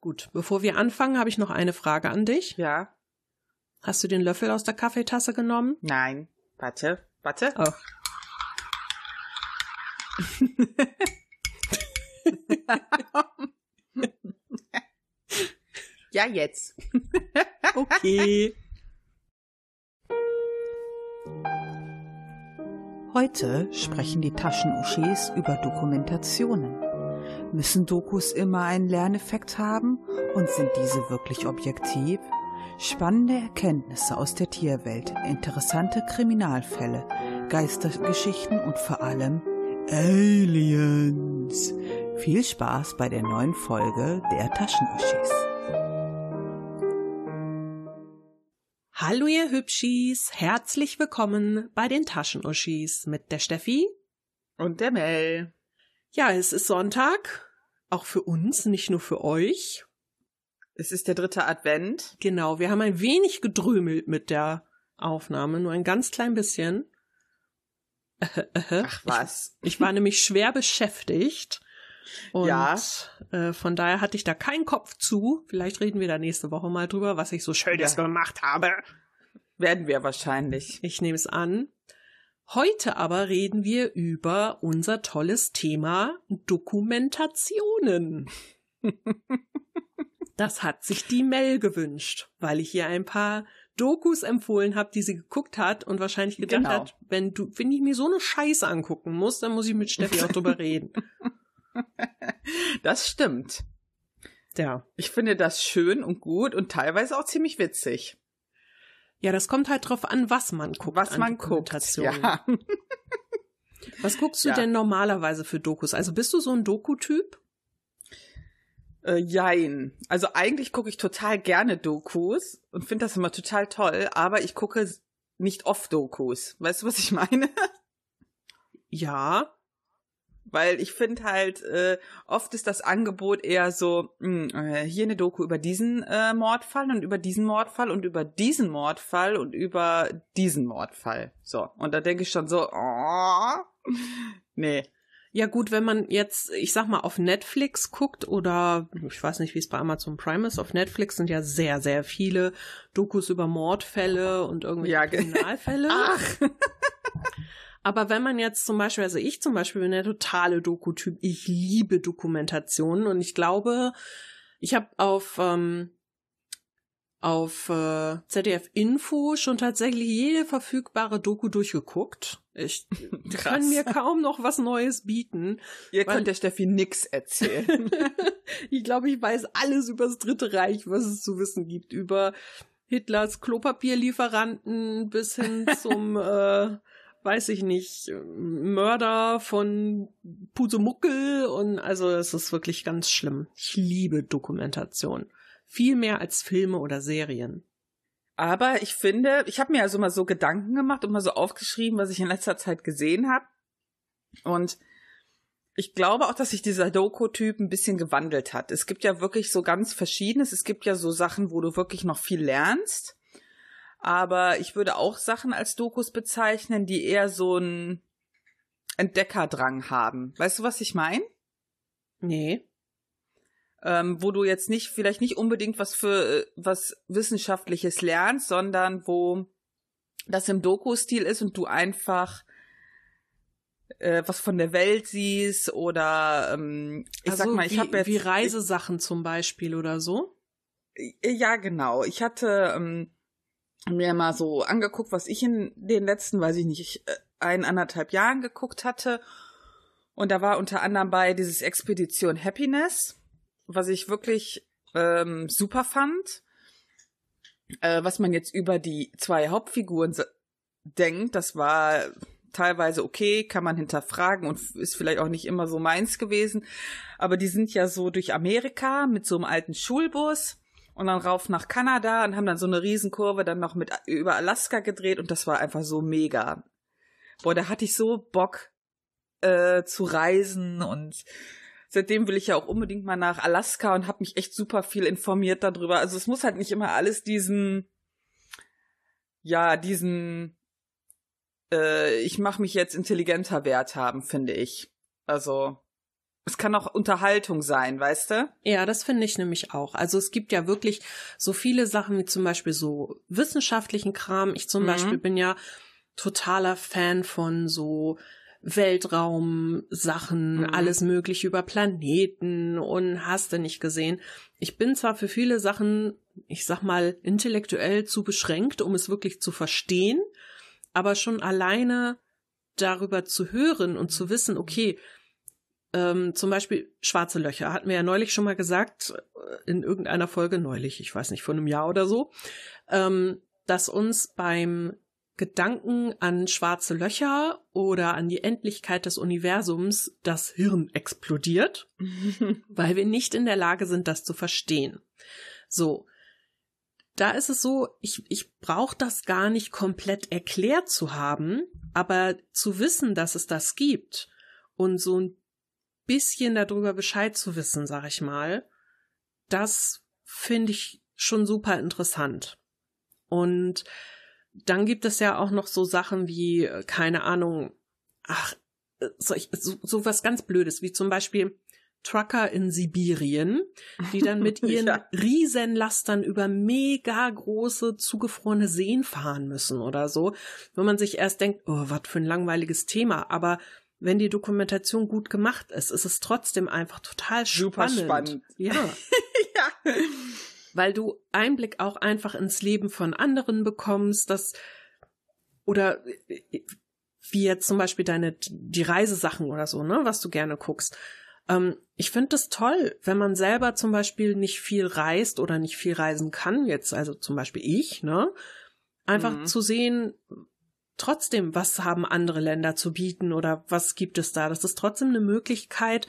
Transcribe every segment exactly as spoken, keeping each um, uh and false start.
Gut, bevor wir anfangen, habe ich noch eine Frage an dich. Ja. Hast du den Löffel aus der Kaffeetasse genommen? Nein. Warte, warte. Oh. Ja, jetzt. Okay. Heute sprechen die Taschenuschis über Dokumentationen. Müssen Dokus immer einen Lerneffekt haben und sind diese wirklich objektiv? Spannende Erkenntnisse aus der Tierwelt, interessante Kriminalfälle, Geistergeschichten und vor allem Aliens. Viel Spaß bei der neuen Folge der Taschenuschis. Hallo ihr Hübschis, herzlich willkommen bei den Taschenuschis mit der Steffi und der Mel. Ja, es ist Sonntag, auch für uns, nicht nur für euch. Es ist der dritte Advent. Genau, wir haben ein wenig gedrömelt mit der Aufnahme, nur ein ganz klein bisschen. Ach was. Ich, ich war nämlich schwer beschäftigt und ja. äh, von daher hatte ich da keinen Kopf zu. Vielleicht reden wir da nächste Woche mal drüber, was ich so Schönes ja. gemacht habe. Werden wir wahrscheinlich. Ich nehme es an. Heute aber reden wir über unser tolles Thema Dokumentationen. Das hat sich die Mel gewünscht, weil ich ihr ein paar Dokus empfohlen habe, die sie geguckt hat und wahrscheinlich gedacht genau. hat, wenn du, wenn ich mir so eine Scheiße angucken muss, dann muss ich mit Steffi auch drüber reden. Das stimmt. Ja. Ich finde das schön und gut und teilweise auch ziemlich witzig. Ja, das kommt halt drauf an, was man guckt. Was an man guckt, ja. Was guckst du ja. denn normalerweise für Dokus? Also bist du so ein Doku-Typ? Äh, jein. Also eigentlich gucke ich total gerne Dokus und finde das immer total toll, aber ich gucke nicht oft Dokus. Weißt du, was ich meine? Ja. Weil ich finde halt, äh, oft ist das Angebot eher so, mh, äh, hier eine Doku über diesen äh, Mordfall und über diesen Mordfall und über diesen Mordfall und über diesen Mordfall. So, und da denke ich schon so, oh, nee. Ja gut, wenn man jetzt, ich sag mal, auf Netflix guckt oder ich weiß nicht, wie es bei Amazon Prime ist, auf Netflix sind ja sehr, sehr viele Dokus über Mordfälle und irgendwelche ja, Kriminalfälle. Ach! Aber wenn man jetzt zum Beispiel, also ich zum Beispiel bin der totale Doku-Typ, ich liebe Dokumentationen und ich glaube, ich habe auf ähm, auf äh, Z D F Info schon tatsächlich jede verfügbare Doku durchgeguckt. Ich kann mir kaum noch was Neues bieten. Ihr könnt der Steffi nix erzählen. Ich glaube, ich weiß alles über das Dritte Reich, was es zu wissen gibt. Über Hitlers Klopapierlieferanten bis hin zum, äh, weiß ich nicht, Mörder von Pusemuckel. Und also es ist wirklich ganz schlimm. Ich liebe Dokumentation. Viel mehr als Filme oder Serien. Aber ich finde, ich habe mir also mal so Gedanken gemacht und mal so aufgeschrieben, was ich in letzter Zeit gesehen habe. Und ich glaube auch, dass sich dieser Doku-Typ ein bisschen gewandelt hat. Es gibt ja wirklich so ganz Verschiedenes. Es gibt ja so Sachen, wo du wirklich noch viel lernst. Aber ich würde auch Sachen als Dokus bezeichnen, die eher so einen Entdeckerdrang haben. Weißt du, was ich meine? Nee. Ähm, wo du jetzt nicht, vielleicht nicht unbedingt was für was Wissenschaftliches lernst, sondern wo das im Doku-Stil ist und du einfach äh, was von der Welt siehst oder ähm, ich also sag mal, ich wie, habe jetzt wie Reisesachen ich, zum Beispiel oder so? Ja, genau. Ich hatte ähm, mir mal so angeguckt, was ich in den letzten, weiß ich nicht, ein, anderthalb Jahren geguckt hatte. Und da war unter anderem bei dieses Expedition Happiness, was ich wirklich ähm, super fand, äh, was man jetzt über die zwei Hauptfiguren s- denkt, das war teilweise okay, kann man hinterfragen und ist vielleicht auch nicht immer so meins gewesen, aber die sind ja so durch Amerika mit so einem alten Schulbus und dann rauf nach Kanada und haben dann so eine Riesenkurve dann noch mit über Alaska gedreht und das war einfach so mega. Boah, da hatte ich so Bock äh, zu reisen und seitdem will ich ja auch unbedingt mal nach Alaska und habe mich echt super viel informiert darüber. Also es muss halt nicht immer alles diesen, ja, diesen, äh, ich mache mich jetzt intelligenter Wert haben, finde ich. Also Es kann auch Unterhaltung sein, weißt du? Ja, das finde ich nämlich auch. Also es gibt ja wirklich so viele Sachen wie zum Beispiel so wissenschaftlichen Kram. Ich zum mhm. Beispiel bin ja totaler Fan von so Weltraum-Sachen, mhm. alles mögliche über Planeten und hast du nicht gesehen. Ich bin zwar für viele Sachen, ich sag mal, intellektuell zu beschränkt, um es wirklich zu verstehen, aber schon alleine darüber zu hören und zu wissen, okay, Ähm, zum Beispiel schwarze Löcher, hatten wir ja neulich schon mal gesagt, in irgendeiner Folge, neulich, ich weiß nicht, vor einem Jahr oder so, ähm, dass uns beim Gedanken an schwarze Löcher oder an die Endlichkeit des Universums das Hirn explodiert, weil wir nicht in der Lage sind, das zu verstehen. So, da ist es so, ich, ich brauche das gar nicht komplett erklärt zu haben, aber zu wissen, dass es das gibt und so ein bisschen darüber Bescheid zu wissen, sag ich mal, das finde ich schon super interessant. Und dann gibt es ja auch noch so Sachen wie, keine Ahnung, ach, so, so, so was ganz Blödes, wie zum Beispiel Trucker in Sibirien, die dann mit ihren ja. Riesenlastern über mega große, zugefrorene Seen fahren müssen oder so, wo man sich erst denkt, oh, was für ein langweiliges Thema, aber wenn die Dokumentation gut gemacht ist, ist es trotzdem einfach total spannend. Super spannend. Ja. ja. Weil du Einblick auch einfach ins Leben von anderen bekommst, das, oder wie jetzt zum Beispiel deine, die Reisesachen oder so, ne, was du gerne guckst. Ähm, ich finde das toll, wenn man selber zum Beispiel nicht viel reist oder nicht viel reisen kann, jetzt also zum Beispiel ich, ne, einfach mhm. zu sehen, trotzdem, was haben andere Länder zu bieten oder was gibt es da? Das ist trotzdem eine Möglichkeit,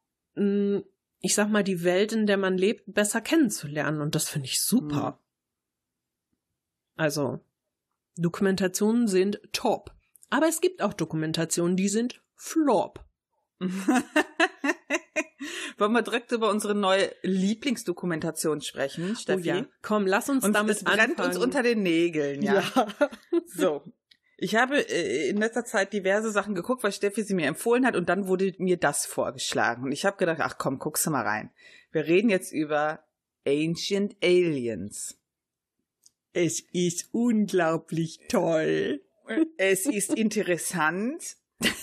ich sag mal, die Welt, in der man lebt, besser kennenzulernen. Und das finde ich super. Mhm. Also, Dokumentationen sind top. Aber es gibt auch Dokumentationen, die sind flop. Wollen wir direkt über unsere neue Lieblingsdokumentation sprechen, Steffi? Oh ja. Komm, lass uns Und damit es brennt anfangen. uns unter den Nägeln, ja. ja. So. Ich habe äh, in letzter Zeit diverse Sachen geguckt, weil Steffi sie mir empfohlen hat und dann wurde mir das vorgeschlagen. Und ich habe gedacht, ach komm, guckst du mal rein. Wir reden jetzt über Ancient Aliens. Es ist unglaublich toll. Es ist interessant.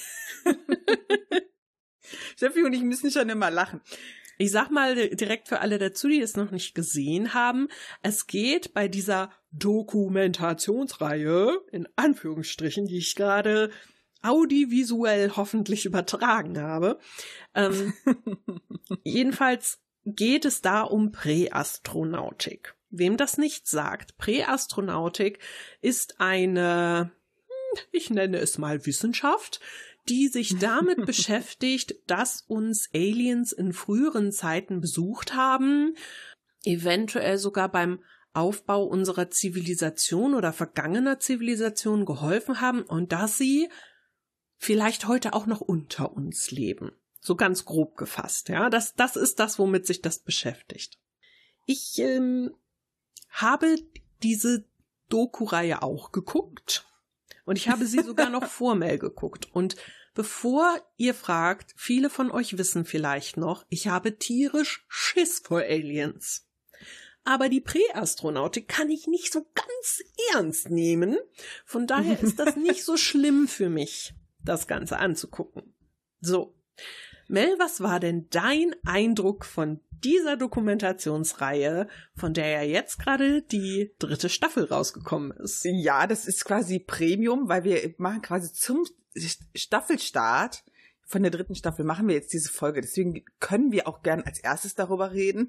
Steffi und ich müssen schon immer lachen. Ich sag mal direkt für alle dazu, die es noch nicht gesehen haben, es geht bei dieser Dokumentationsreihe, in Anführungsstrichen, die ich gerade audiovisuell hoffentlich übertragen habe. Ähm, jedenfalls geht es da um Präastronautik. Wem das nicht sagt, Präastronautik ist eine, ich nenne es mal Wissenschaft, die sich damit beschäftigt, dass uns Aliens in früheren Zeiten besucht haben, eventuell sogar beim Aufbau unserer Zivilisation oder vergangener Zivilisation geholfen haben und dass sie vielleicht heute auch noch unter uns leben. So ganz grob gefasst, ja. Das, das ist das, womit sich das beschäftigt. Ich ähm, habe diese Doku-Reihe auch geguckt. Und ich habe sie sogar noch formell geguckt. Und bevor ihr fragt, viele von euch wissen vielleicht noch, ich habe tierisch Schiss vor Aliens. Aber die Präastronautik kann ich nicht so ganz ernst nehmen. Von daher ist das nicht so schlimm für mich, das Ganze anzugucken. So, Mel, was war denn dein Eindruck von dieser Dokumentationsreihe, von der ja jetzt gerade die dritte Staffel rausgekommen ist? Ja, das ist quasi Premium, weil wir machen quasi zum Staffelstart von der dritten Staffel machen wir jetzt diese Folge. Deswegen können wir auch gern als erstes darüber reden.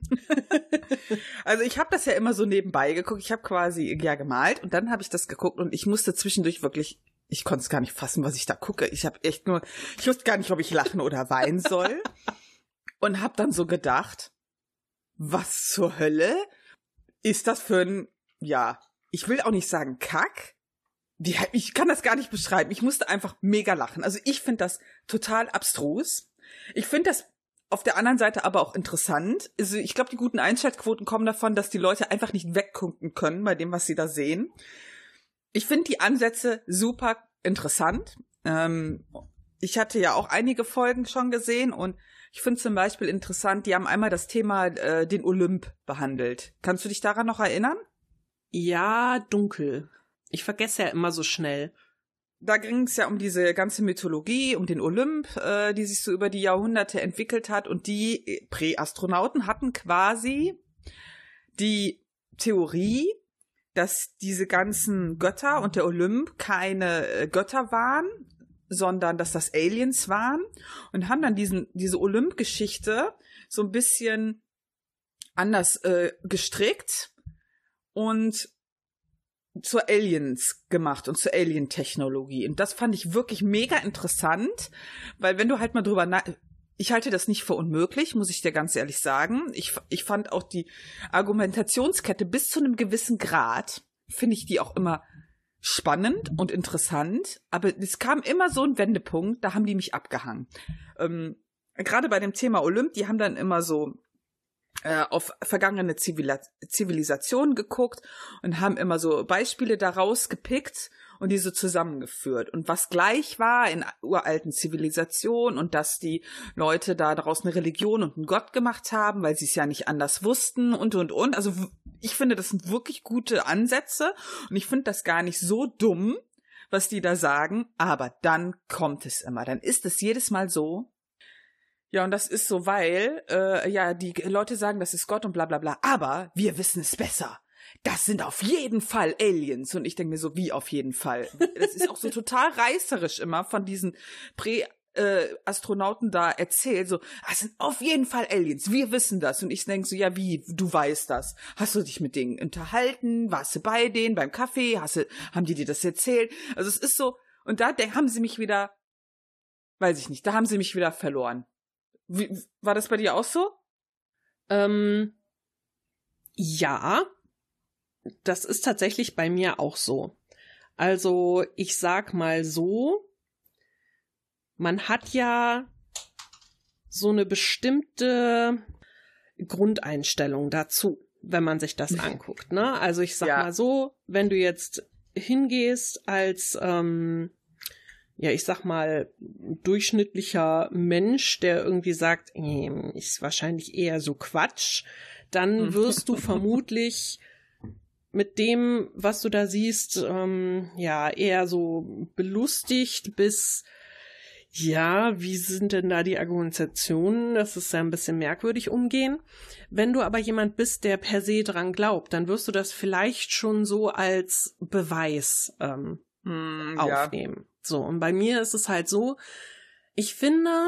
Also ich habe das ja immer so nebenbei geguckt. Ich habe quasi ja gemalt und dann habe ich das geguckt und ich musste zwischendurch wirklich, ich konnte es gar nicht fassen, was ich da gucke. Ich habe echt nur, ich wusste gar nicht, ob ich lachen oder weinen soll und habe dann so gedacht, was zur Hölle ist das für ein, ja, ich will auch nicht sagen Kack. Die, ich kann das gar nicht beschreiben. Ich musste einfach mega lachen. Also ich finde das total abstrus. Ich finde das auf der anderen Seite aber auch interessant. Also ich glaube, die guten Einschaltquoten kommen davon, dass die Leute einfach nicht weggucken können bei dem, was sie da sehen. Ich finde die Ansätze super interessant. Ähm, ich hatte ja auch einige Folgen schon gesehen und Ich finde zum Beispiel interessant, die haben einmal das Thema äh, den Olymp behandelt. Kannst du dich daran noch erinnern? Ja, dunkel. Ich vergesse ja immer so schnell. Da ging es ja um diese ganze Mythologie, um den Olymp, äh, die sich so über die Jahrhunderte entwickelt hat. Und die Präastronauten hatten quasi die Theorie, dass diese ganzen Götter und der Olymp keine äh, Götter waren, sondern dass das Aliens waren. Und haben dann diesen diese Olymp-Geschichte so ein bisschen anders äh, gestrickt und zur Aliens gemacht und zur Alien-Technologie. Und das fand ich wirklich mega interessant, weil wenn du halt mal drüber nach... Ich halte das nicht für unmöglich, muss ich dir ganz ehrlich sagen. Ich, ich fand auch die Argumentationskette bis zu einem gewissen Grad, finde ich die auch immer spannend und interessant. Aber es kam immer so ein Wendepunkt, da haben die mich abgehangen. Ähm, gerade bei dem Thema Olymp, die haben dann immer so auf vergangene Zivila- Zivilisationen geguckt und haben immer so Beispiele daraus gepickt und diese zusammengeführt. Und was gleich war in uralten Zivilisationen und dass die Leute da daraus eine Religion und einen Gott gemacht haben, weil sie es ja nicht anders wussten und, und, und. Also ich finde, das sind wirklich gute Ansätze und ich finde das gar nicht so dumm, was die da sagen. Aber dann kommt es immer. Dann ist es jedes Mal so, ja, und das ist so, weil, äh, ja, die Leute sagen, das ist Gott und bla bla bla, aber wir wissen es besser. Das sind auf jeden Fall Aliens. Und ich denke mir so, wie auf jeden Fall? Das ist auch so total reißerisch immer von diesen Prä-Astronauten da erzählt, so, das sind auf jeden Fall Aliens, wir wissen das. Und ich denke so, ja, wie, du weißt das? Hast du dich mit denen unterhalten? Warst du bei denen beim Kaffee? Hast du, haben die dir das erzählt? Also es ist so, und da haben sie mich wieder, weiß ich nicht, da haben sie mich wieder verloren. Wie, war das bei dir auch so? Ähm, ja, das ist tatsächlich bei mir auch so. Also ich sag mal so, man hat ja so eine bestimmte Grundeinstellung dazu, wenn man sich das anguckt, ne? Also ich sag ja. mal so, wenn du jetzt hingehst als ähm, ja, ich sag mal, durchschnittlicher Mensch, der irgendwie sagt, äh, ist wahrscheinlich eher so Quatsch, dann wirst du vermutlich mit dem, was du da siehst, ähm, ja, eher so belustigt bis, ja, wie sind denn da die Argumentationen? Das ist ja ein bisschen merkwürdig umgehen. Wenn du aber jemand bist, der per se dran glaubt, dann wirst du das vielleicht schon so als Beweis ähm, hm, aufnehmen. Ja. So, und bei mir ist es halt so, ich finde,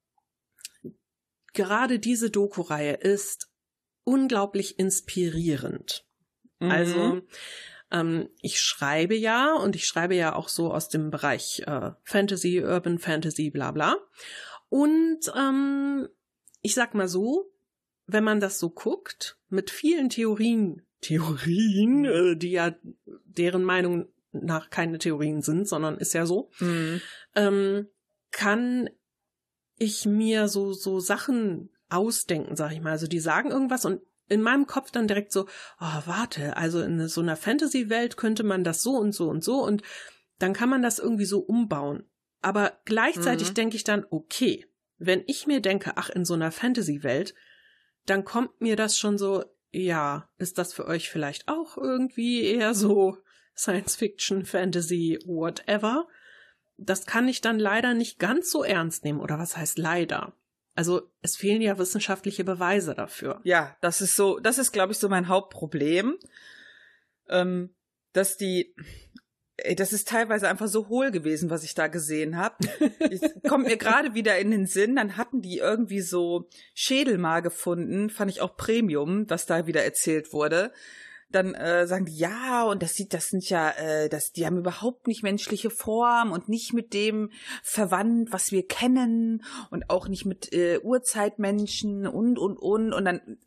gerade diese Doku-Reihe ist unglaublich inspirierend. Mhm. Also, ähm, ich schreibe ja, und ich schreibe ja auch so aus dem Bereich äh, Fantasy, Urban Fantasy, bla bla. Und ähm, ich sag mal so, wenn man das so guckt, mit vielen Theorien, Theorien, äh, die ja deren Meinung nach keine Theorien sind, sondern ist ja so, mhm. ähm, kann ich mir so so Sachen ausdenken, sag ich mal. Also die sagen irgendwas und in meinem Kopf dann direkt so, oh, warte, also in so einer Fantasy-Welt könnte man das so und so und so und dann kann man das irgendwie so umbauen. Aber gleichzeitig mhm. denke ich dann, okay, wenn ich mir denke, ach, in so einer Fantasy-Welt, dann kommt mir das schon so, ja, ist das für euch vielleicht auch irgendwie eher so Science-Fiction, Fantasy, whatever. Das kann ich dann leider nicht ganz so ernst nehmen. Oder was heißt leider? Also es fehlen ja wissenschaftliche Beweise dafür. Ja, das ist so, das ist, glaube ich, so mein Hauptproblem, ähm, dass die, ey, das ist teilweise einfach so hohl gewesen, was ich da gesehen habe. Kommt mir gerade wieder in den Sinn, dann hatten die irgendwie so Schädel mal gefunden, fand ich auch Premium, was da wieder erzählt wurde. Dann äh, sagen die, ja, und das sieht, das sind ja, äh, das, die haben überhaupt nicht menschliche Form und nicht mit dem verwandt, was wir kennen und auch nicht mit äh, Urzeitmenschen und, und, und. Und dann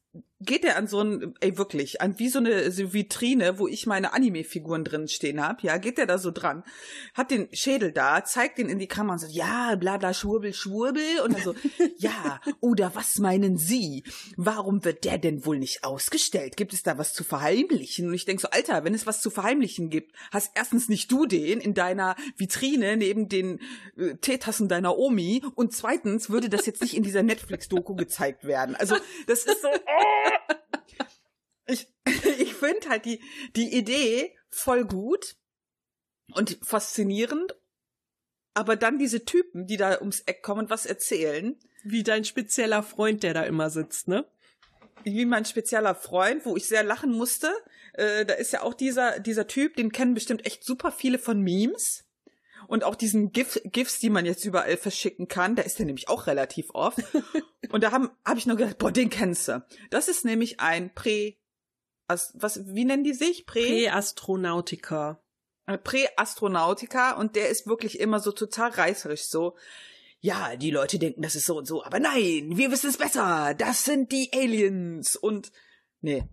geht er an so ein, ey wirklich, an wie so eine so Vitrine, wo ich meine Anime-Figuren drin stehen hab, ja, geht er da so dran, hat den Schädel da, zeigt den in die Kamera und sagt, ja, bla bla, schwurbel, schwurbel, und dann so, ja, oder was meinen Sie? Warum wird der denn wohl nicht ausgestellt? Gibt es da was zu verheimlichen? Und ich denk so, Alter, wenn es was zu verheimlichen gibt, hast erstens nicht du den in deiner Vitrine neben den äh, Teetassen deiner Omi, und zweitens würde das jetzt nicht in dieser Netflix-Doku gezeigt werden. Also, das ist so, äh, Ich, ich finde halt die, die Idee voll gut und faszinierend, aber dann diese Typen, die da ums Eck kommen und was erzählen. Wie dein spezieller Freund, der da immer sitzt, ne? Wie mein spezieller Freund, wo ich sehr lachen musste. Äh, da ist ja auch dieser, dieser Typ, den kennen bestimmt echt super viele von Memes. Und auch diesen GIF, GIFs, die man jetzt überall verschicken kann, da ist der nämlich auch relativ oft. Und da habe hab ich nur gedacht, boah, den kennst du. Das ist nämlich ein Prä... As, was, wie nennen die sich? Prä... Präastronautiker. Präastronautiker, und der ist wirklich immer so total reißerisch so. Ja, die Leute denken, das ist so und so, aber nein, wir wissen es besser. Das sind die Aliens. Und nee.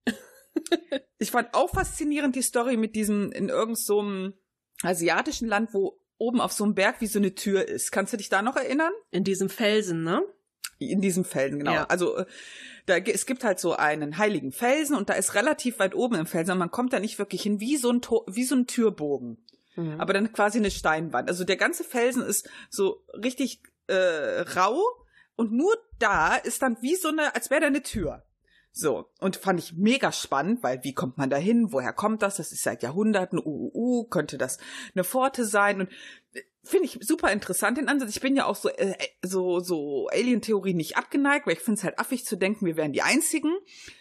Ich fand auch faszinierend die Story mit diesem, in irgend so einem asiatischen Land, wo oben auf so einem Berg wie so eine Tür ist. Kannst du dich da noch erinnern? In diesem Felsen, ne? In diesem Felsen, genau. Ja. Also da, es gibt halt so einen heiligen Felsen, und da ist relativ weit oben im Felsen, und man kommt da nicht wirklich hin, wie so ein, Tor, wie so ein Türbogen. Mhm. Aber dann quasi eine Steinwand. Also der ganze Felsen ist so richtig äh, rau, und nur da ist dann wie so eine, als wäre da eine Tür. So, und fand ich mega spannend, weil wie kommt man da hin? Woher kommt das? Das ist seit Jahrhunderten, uh, uh, uh, könnte das eine Pforte sein? Und finde ich super interessant den Ansatz. Ich bin ja auch so äh, so so Alien-Theorie nicht abgeneigt, weil ich finde es halt affig zu denken, wir wären die Einzigen.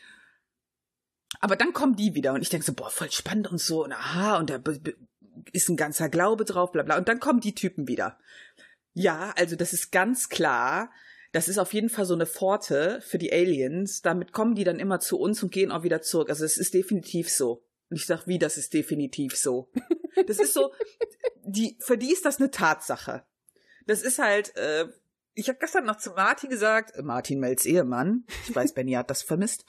Aber dann kommen die wieder, und ich denke so, boah, voll spannend und so, und aha, und da ist ein ganzer Glaube drauf, bla bla. Und dann kommen die Typen wieder. Ja, also das ist ganz klar, das ist auf jeden Fall so eine Pforte für die Aliens. Damit kommen die dann immer zu uns und gehen auch wieder zurück. Also es ist definitiv so. Und ich sag, wie, das ist definitiv so. Das ist so, die, für die ist das eine Tatsache. Das ist halt, äh, ich habe gestern noch zu Martin gesagt, äh, Martin Mells Ehemann, ich weiß, Benny hat das vermisst,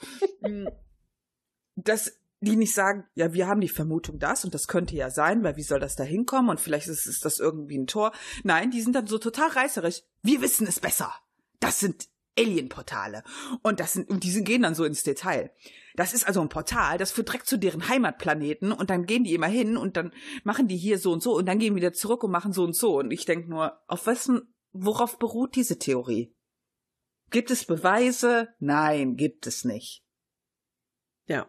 dass die nicht sagen, ja, wir haben die Vermutung das, und das könnte ja sein, weil wie soll das da hinkommen, und vielleicht ist, ist das irgendwie ein Tor. Nein, die sind dann so total reißerisch. Wir wissen es besser. Das sind Alien-Portale. Und das sind, und diese gehen dann so ins Detail. Das ist also ein Portal, das führt direkt zu deren Heimatplaneten, und dann gehen die immer hin und dann machen die hier so und so und dann gehen wieder zurück und machen so und so. Und ich denke nur, auf wessen, worauf beruht diese Theorie? Gibt es Beweise? Nein, gibt es nicht. Ja.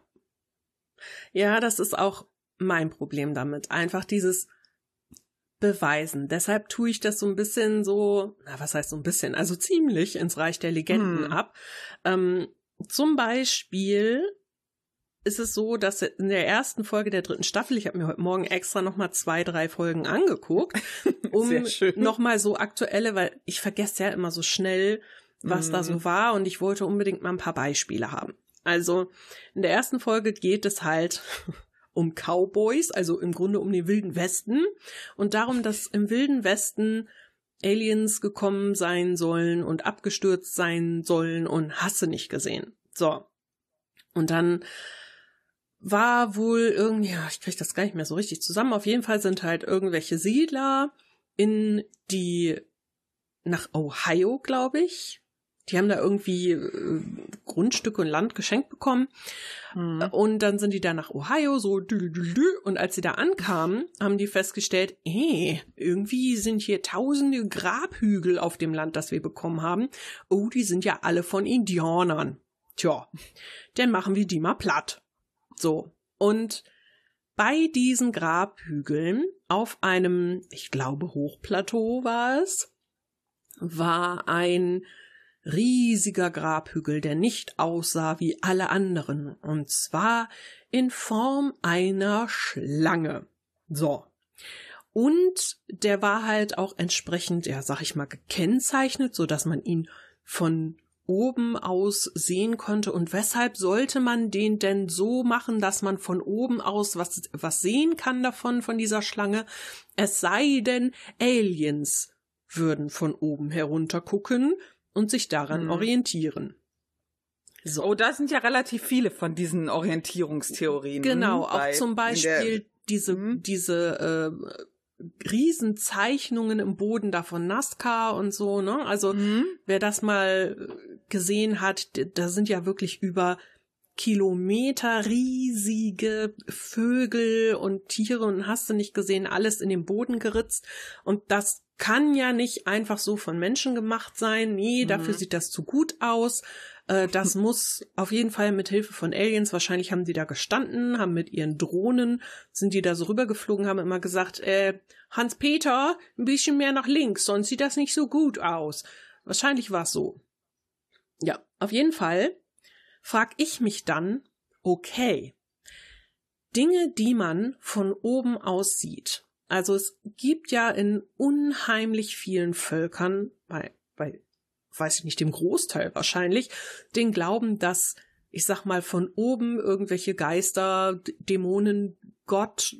Ja, das ist auch mein Problem damit. Einfach dieses Beweisen. Deshalb tue ich das so ein bisschen so, na, was heißt so ein bisschen? Also ziemlich ins Reich der Legenden hm. ab. Ähm, zum Beispiel ist es so, dass in der ersten Folge der dritten Staffel, ich habe mir heute Morgen extra nochmal zwei, drei Folgen angeguckt, um nochmal so aktuelle, weil ich vergesse ja immer so schnell, was hm. da so war, und ich wollte unbedingt mal ein paar Beispiele haben. Also in der ersten Folge geht es halt um Cowboys, also im Grunde um den Wilden Westen, und darum, dass im Wilden Westen Aliens gekommen sein sollen und abgestürzt sein sollen und hast du nicht gesehen. So. Und dann war wohl irgendwie, ja, ich krieg das gar nicht mehr so richtig zusammen, auf jeden Fall sind halt irgendwelche Siedler in die, nach Ohio, glaube ich. Die haben da irgendwie äh, Grundstücke und Land geschenkt bekommen. Mhm. Und dann sind die da nach Ohio, so dü, dü, dü. Und als sie da ankamen, haben die festgestellt, eh, irgendwie sind hier tausende Grabhügel auf dem Land, das wir bekommen haben. Oh, die sind ja alle von Indianern. Tja, dann machen wir die mal platt. So. Und bei diesen Grabhügeln auf einem, ich glaube, Hochplateau war es, war ein riesiger Grabhügel, der nicht aussah wie alle anderen, und zwar in Form einer Schlange. So. Und der war halt auch entsprechend, ja, sag ich mal, gekennzeichnet, so dass man ihn von oben aus sehen konnte. Und weshalb sollte man den denn so machen, dass man von oben aus was, was sehen kann davon, von dieser Schlange? Es sei denn, Aliens würden von oben herunter gucken und sich daran mhm. orientieren. So. Oh, da sind ja relativ viele von diesen Orientierungstheorien. Genau, auch bei, zum Beispiel der, diese, hm? diese äh, Riesenzeichnungen im Boden da von Nazca und so, ne? Also hm? wer das mal gesehen hat, da sind ja wirklich über Kilometer riesige Vögel und Tiere und hast du nicht gesehen, alles in den Boden geritzt. Und das kann ja nicht einfach so von Menschen gemacht sein. Nee, mhm. dafür sieht das zu gut aus. Äh, das muss auf jeden Fall mit Hilfe von Aliens, wahrscheinlich haben die da gestanden, haben mit ihren Drohnen, sind die da so rübergeflogen, haben immer gesagt, äh, Hans-Peter, ein bisschen mehr nach links, sonst sieht das nicht so gut aus. Wahrscheinlich war es so. Ja, auf jeden Fall frag ich mich dann, okay, Dinge, die man von oben aus sieht. Also es gibt ja in unheimlich vielen Völkern, bei, bei, weiß ich nicht, dem Großteil wahrscheinlich, den Glauben, dass, ich sag mal, von oben irgendwelche Geister, Dämonen, Gott,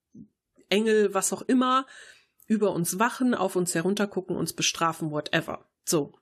Engel, was auch immer, über uns wachen, auf uns heruntergucken, uns bestrafen, whatever. So.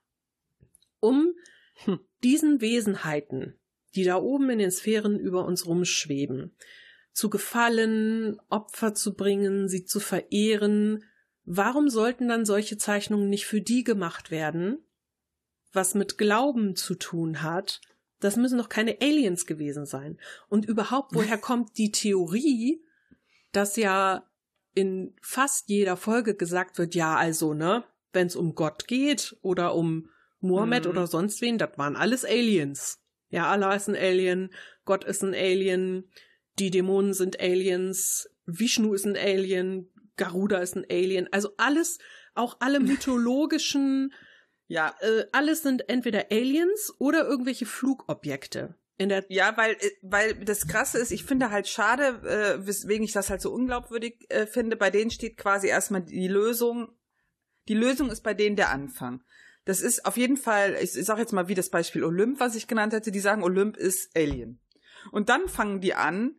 Um hm. diesen Wesenheiten, die da oben in den Sphären über uns rumschweben, zu gefallen, Opfer zu bringen, sie zu verehren, warum sollten dann solche Zeichnungen nicht für die gemacht werden, was mit Glauben zu tun hat? Das müssen doch keine Aliens gewesen sein. Und überhaupt, woher kommt die Theorie, dass ja in fast jeder Folge gesagt wird, ja, also, ne, wenn es um Gott geht oder um Mohammed mhm. oder sonst wen, das waren alles Aliens. Ja, Allah ist ein Alien, Gott ist ein Alien, die Dämonen sind Aliens, Vishnu ist ein Alien, Garuda ist ein Alien. Also alles, auch alle mythologischen, ja, äh, alles sind entweder Aliens oder irgendwelche Flugobjekte. In der ja, weil weil das Krasse ist, ich finde halt schade, äh, weswegen ich das halt so unglaubwürdig äh, finde, bei denen steht quasi erstmal die Lösung, die Lösung ist bei denen der Anfang. Das ist auf jeden Fall, ich, ich sage jetzt mal wie das Beispiel Olymp, was ich genannt hätte, die sagen, Olymp ist Alien. Und dann fangen die an,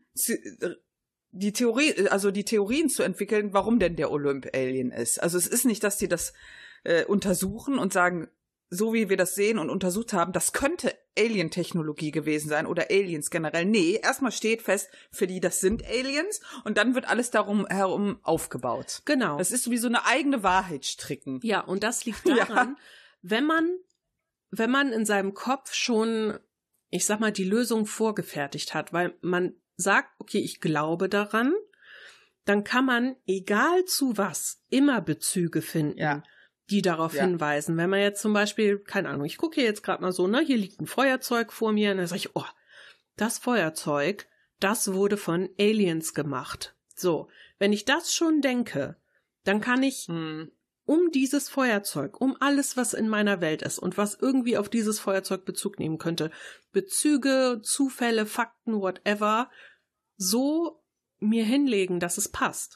die Theorie, also die Theorien zu entwickeln, warum denn der Olymp Alien ist. Also es ist nicht, dass die das äh, untersuchen und sagen, so wie wir das sehen und untersucht haben, das könnte Alien-Technologie gewesen sein oder Aliens generell. Nee, erstmal steht fest, für die das sind Aliens und dann wird alles darum herum aufgebaut. Genau. Das ist wie so eine eigene Wahrheit stricken. Ja, und das liegt daran, ja. wenn man, wenn man in seinem Kopf schon, ich sag mal, die Lösung vorgefertigt hat, weil man sagt, okay, ich glaube daran, dann kann man, egal zu was, immer Bezüge finden. Ja. die darauf ja. hinweisen. Wenn man jetzt zum Beispiel, keine Ahnung, ich gucke hier jetzt gerade mal so, ne, hier liegt ein Feuerzeug vor mir und dann sage ich, oh, das Feuerzeug, das wurde von Aliens gemacht. So, wenn ich das schon denke, dann kann ich hm. um dieses Feuerzeug, um alles, was in meiner Welt ist und was irgendwie auf dieses Feuerzeug Bezug nehmen könnte, Bezüge, Zufälle, Fakten, whatever, so mir hinlegen, dass es passt.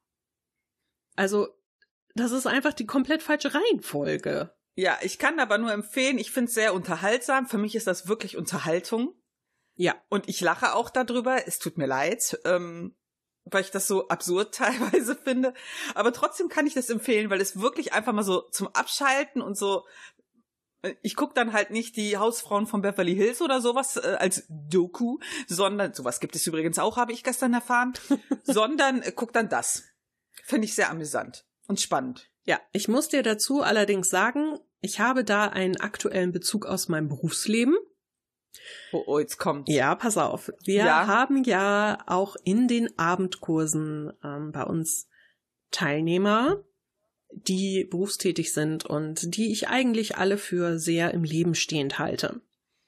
Also, das ist einfach die komplett falsche Reihenfolge. Ja, ich kann aber nur empfehlen, ich finde es sehr unterhaltsam. Für mich ist das wirklich Unterhaltung. Ja. Und ich lache auch darüber. Es tut mir leid, ähm, weil ich das so absurd teilweise finde. Aber trotzdem kann ich das empfehlen, weil es wirklich einfach mal so zum Abschalten und so. Ich gucke dann halt nicht die Hausfrauen von Beverly Hills oder sowas äh, als Doku, sondern, sowas gibt es übrigens auch, habe ich gestern erfahren, sondern äh, guck dann das. Finde ich sehr amüsant. Und spannend. Ja, ich muss dir dazu allerdings sagen, ich habe da einen aktuellen Bezug aus meinem Berufsleben. Oh, oh jetzt kommt's. Ja, pass auf. Wir ja. haben ja auch in den Abendkursen ähm, bei uns Teilnehmer, die berufstätig sind und die ich eigentlich alle für sehr im Leben stehend halte.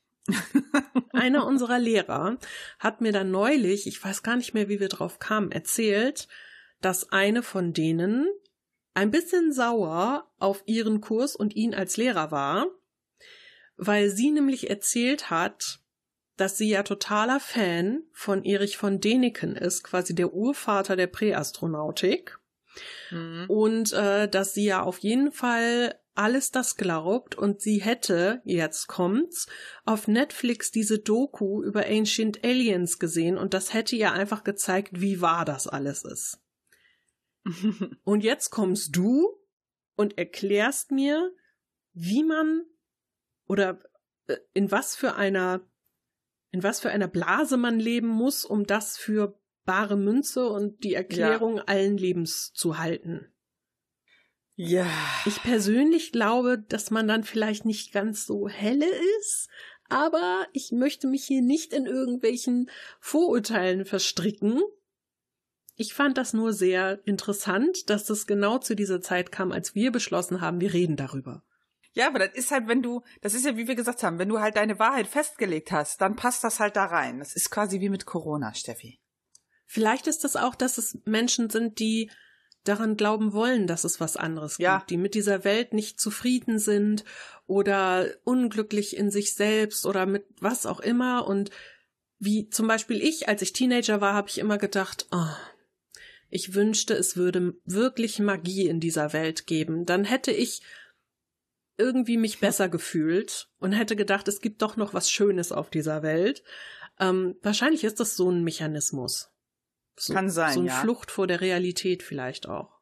Einer unserer Lehrer hat mir dann neulich, ich weiß gar nicht mehr, wie wir drauf kamen, erzählt, dass eine von denen ein bisschen sauer auf ihren Kurs und ihn als Lehrer war, weil sie nämlich erzählt hat, dass sie ja totaler Fan von Erich von Däniken ist, quasi der Urvater der Präastronautik. Mhm. Und äh, dass sie ja auf jeden Fall alles das glaubt und sie hätte, jetzt kommt's, auf Netflix diese Doku über Ancient Aliens gesehen und das hätte ihr einfach gezeigt, wie wahr das alles ist. Und jetzt kommst du und erklärst mir, wie man oder in was für einer in was für einer Blase man leben muss, um das für bare Münze und die Erklärung ja. allen Lebens zu halten. Ja. Ich persönlich glaube, dass man dann vielleicht nicht ganz so helle ist, aber ich möchte mich hier nicht in irgendwelchen Vorurteilen verstricken. Ich fand das nur sehr interessant, dass das genau zu dieser Zeit kam, als wir beschlossen haben, wir reden darüber. Ja, aber das ist halt, wenn du, das ist ja, wie wir gesagt haben, wenn du halt deine Wahrheit festgelegt hast, dann passt das halt da rein. Das ist quasi wie mit Corona, Steffi. Vielleicht ist das auch, dass es Menschen sind, die daran glauben wollen, dass es was anderes ja. gibt, die mit dieser Welt nicht zufrieden sind oder unglücklich in sich selbst oder mit was auch immer. Und wie zum Beispiel ich, als ich Teenager war, habe ich immer gedacht, oh, ich wünschte, es würde wirklich Magie in dieser Welt geben. Dann hätte ich irgendwie mich besser gefühlt und hätte gedacht, es gibt doch noch was Schönes auf dieser Welt. Ähm, wahrscheinlich ist das so ein Mechanismus. So, Kann sein, so eine ja. Flucht vor der Realität vielleicht auch.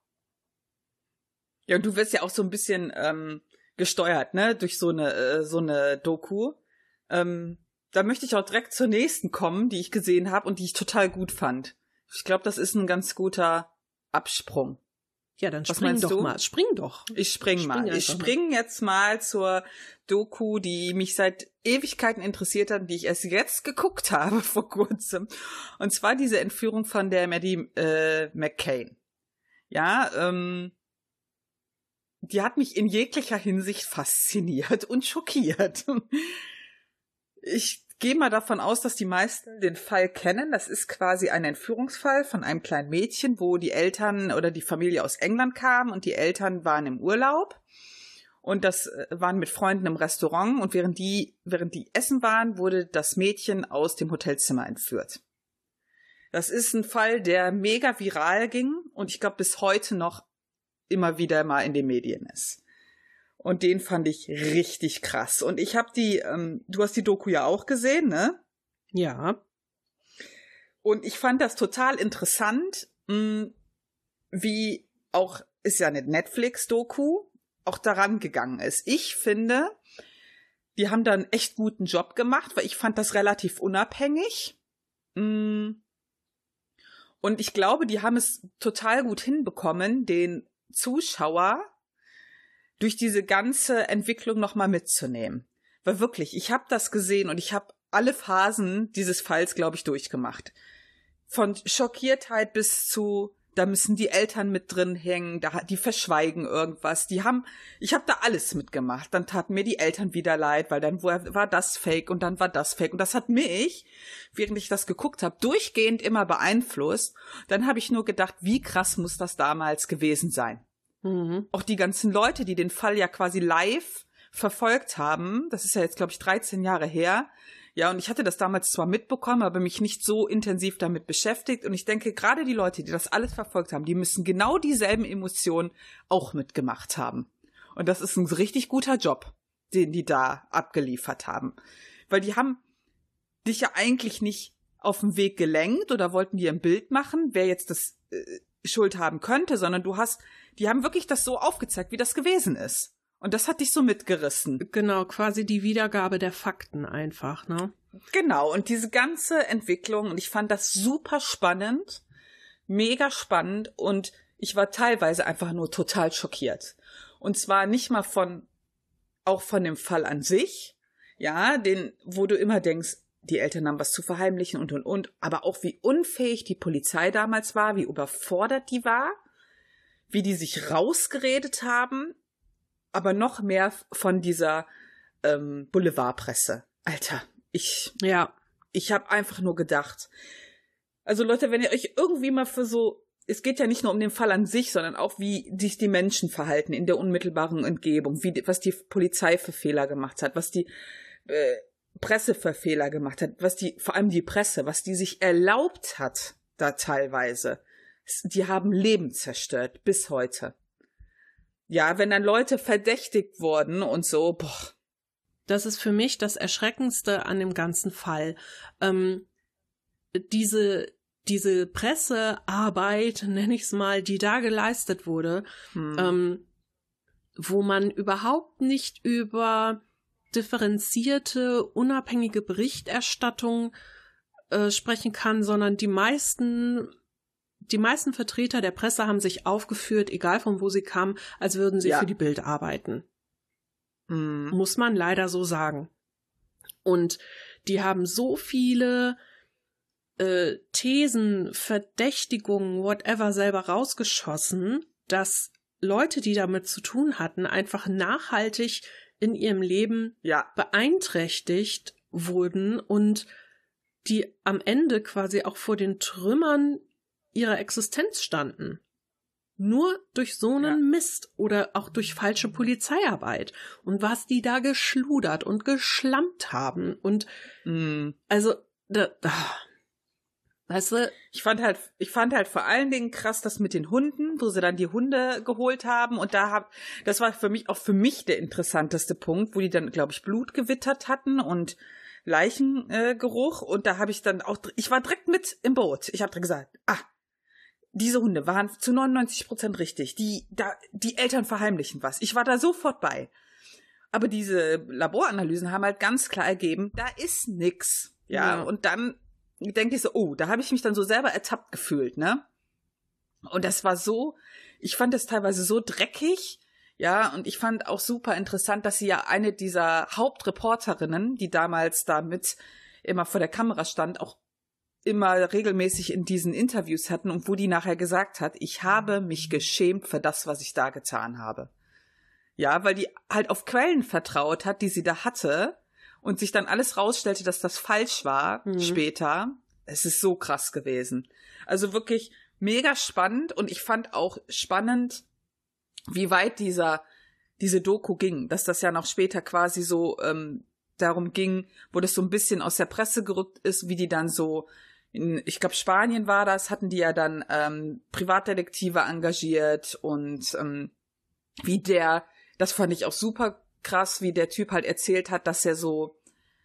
Ja, und du wirst ja auch so ein bisschen ähm, gesteuert, ne, durch so eine äh, so eine Doku. Ähm, da möchte ich auch direkt zur nächsten kommen, die ich gesehen habe und die ich total gut fand. Ich glaube, das ist ein ganz guter Absprung. Ja, dann Was spring doch du? mal. Spring doch. Ich spring, spring mal. Ich spring mal. jetzt mal zur Doku, die mich seit Ewigkeiten interessiert hat, die ich erst jetzt geguckt habe vor kurzem. Und zwar diese Entführung von der Maddie äh, McCain. Ja, ähm, die hat mich in jeglicher Hinsicht fasziniert und schockiert. Ich gehe mal davon aus, dass die meisten den Fall kennen. Das ist quasi ein Entführungsfall von einem kleinen Mädchen, wo die Eltern oder die Familie aus England kamen und die Eltern waren im Urlaub. Und das waren mit Freunden im Restaurant und während die, während die essen waren, wurde das Mädchen aus dem Hotelzimmer entführt. Das ist ein Fall, der mega viral ging und ich glaube bis heute noch immer wieder mal in den Medien ist. Und den fand ich richtig krass. Und ich habe die, ähm, du hast die Doku ja auch gesehen, ne? Ja. Und ich fand das total interessant, mh, wie auch, ist ja eine Netflix-Doku, auch daran gegangen ist. Ich finde, die haben da einen echt guten Job gemacht, weil ich fand das relativ unabhängig. Mh, und ich glaube, die haben es total gut hinbekommen, den Zuschauer durch diese ganze Entwicklung nochmal mitzunehmen. Weil wirklich, ich habe das gesehen und ich habe alle Phasen dieses Falls, glaube ich, durchgemacht. Von Schockiertheit bis zu, da müssen die Eltern mit drin hängen, da, die verschweigen irgendwas. Die haben, ich habe da alles mitgemacht. Dann taten mir die Eltern wieder leid, weil dann war das fake und dann war das fake. Und das hat mich, während ich das geguckt habe, durchgehend immer beeinflusst. Dann habe ich nur gedacht, wie krass muss das damals gewesen sein. Mhm. Auch die ganzen Leute, die den Fall ja quasi live verfolgt haben, das ist ja jetzt, glaube ich, dreizehn Jahre her. Ja, und ich hatte das damals zwar mitbekommen, aber mich nicht so intensiv damit beschäftigt. Und ich denke, gerade die Leute, die das alles verfolgt haben, die müssen genau dieselben Emotionen auch mitgemacht haben. Und das ist ein richtig guter Job, den die da abgeliefert haben. Weil die haben dich ja eigentlich nicht auf den Weg gelenkt oder wollten dir ein Bild machen, wer jetzt das äh, Schuld haben könnte, sondern du hast, die haben wirklich das so aufgezeigt, wie das gewesen ist. Und das hat dich so mitgerissen. Genau, quasi die Wiedergabe der Fakten einfach, ne? Genau, und diese ganze Entwicklung, und ich fand das super spannend, mega spannend, und ich war teilweise einfach nur total schockiert. Und zwar nicht mal von, auch von dem Fall an sich, ja, den, wo du immer denkst, die Eltern haben was zu verheimlichen und, und, und, aber auch wie unfähig die Polizei damals war, wie überfordert die war, wie die sich rausgeredet haben, aber noch mehr von dieser ähm, Boulevardpresse. Alter, ich, ja, ich habe einfach nur gedacht, also Leute, wenn ihr euch irgendwie mal für so, es geht ja nicht nur um den Fall an sich, sondern auch, wie sich die Menschen verhalten in der unmittelbaren Umgebung, wie, was die Polizei für Fehler gemacht hat, was die äh, Presse für Fehler gemacht hat, was die, vor allem die Presse, was die sich erlaubt hat, da teilweise. Die haben Leben zerstört, bis heute. Ja, wenn dann Leute verdächtigt wurden und so, boah. Das ist für mich das Erschreckendste an dem ganzen Fall. Ähm, diese, diese Pressearbeit, nenne ich es mal, die da geleistet wurde, hm. ähm, wo man überhaupt nicht über differenzierte, unabhängige Berichterstattung äh, sprechen kann, sondern die meisten, die meisten Vertreter der Presse haben sich aufgeführt, egal von wo sie kamen, als würden sie ja. für die Bild arbeiten. Mhm. Muss man leider so sagen. Und die haben so viele äh, Thesen, Verdächtigungen, whatever selber rausgeschossen, dass Leute, die damit zu tun hatten, einfach nachhaltig in ihrem Leben ja. beeinträchtigt wurden und die am Ende quasi auch vor den Trümmern ihrer Existenz standen. Nur durch so einen ja. Mist oder auch durch falsche Polizeiarbeit. Und was die da geschludert und geschlampt haben. Und mm. also, da, da, weißt du, ich fand halt, ich fand halt vor allen Dingen krass, das mit den Hunden, wo sie dann die Hunde geholt haben. Und da hab, das war für mich auch für mich der interessanteste Punkt, wo die dann, glaube ich, Blut gewittert hatten und Leichengeruch. Äh, und da habe ich dann auch, ich war direkt mit im Boot. Ich habe direkt gesagt, ah, diese Hunde waren zu neunundneunzig Prozent richtig. Die, da, die Eltern verheimlichen was. Ich war da sofort bei. Aber diese Laboranalysen haben halt ganz klar ergeben, da ist nix. Ja, ja. Und dann denke ich so, oh, da habe ich mich dann so selber ertappt gefühlt, ne? Und das war so, ich fand das teilweise so dreckig, ja, und ich fand auch super interessant, dass sie ja eine dieser Hauptreporterinnen, die damals da mit immer vor der Kamera stand, auch immer regelmäßig in diesen Interviews hatten und wo die nachher gesagt hat, ich habe mich geschämt für das, was ich da getan habe. Ja, weil die halt auf Quellen vertraut hat, die sie da hatte und sich dann alles rausstellte, dass das falsch war mhm. später. Es ist so krass gewesen. Also wirklich mega spannend und ich fand auch spannend, wie weit dieser diese Doku ging, dass das ja noch später quasi so ähm, darum ging, wo das so ein bisschen aus der Presse gerückt ist, wie die dann so in, ich glaube, Spanien war das, hatten die ja dann ähm, Privatdetektive engagiert und ähm, wie der, das fand ich auch super krass, wie der Typ halt erzählt hat, dass er so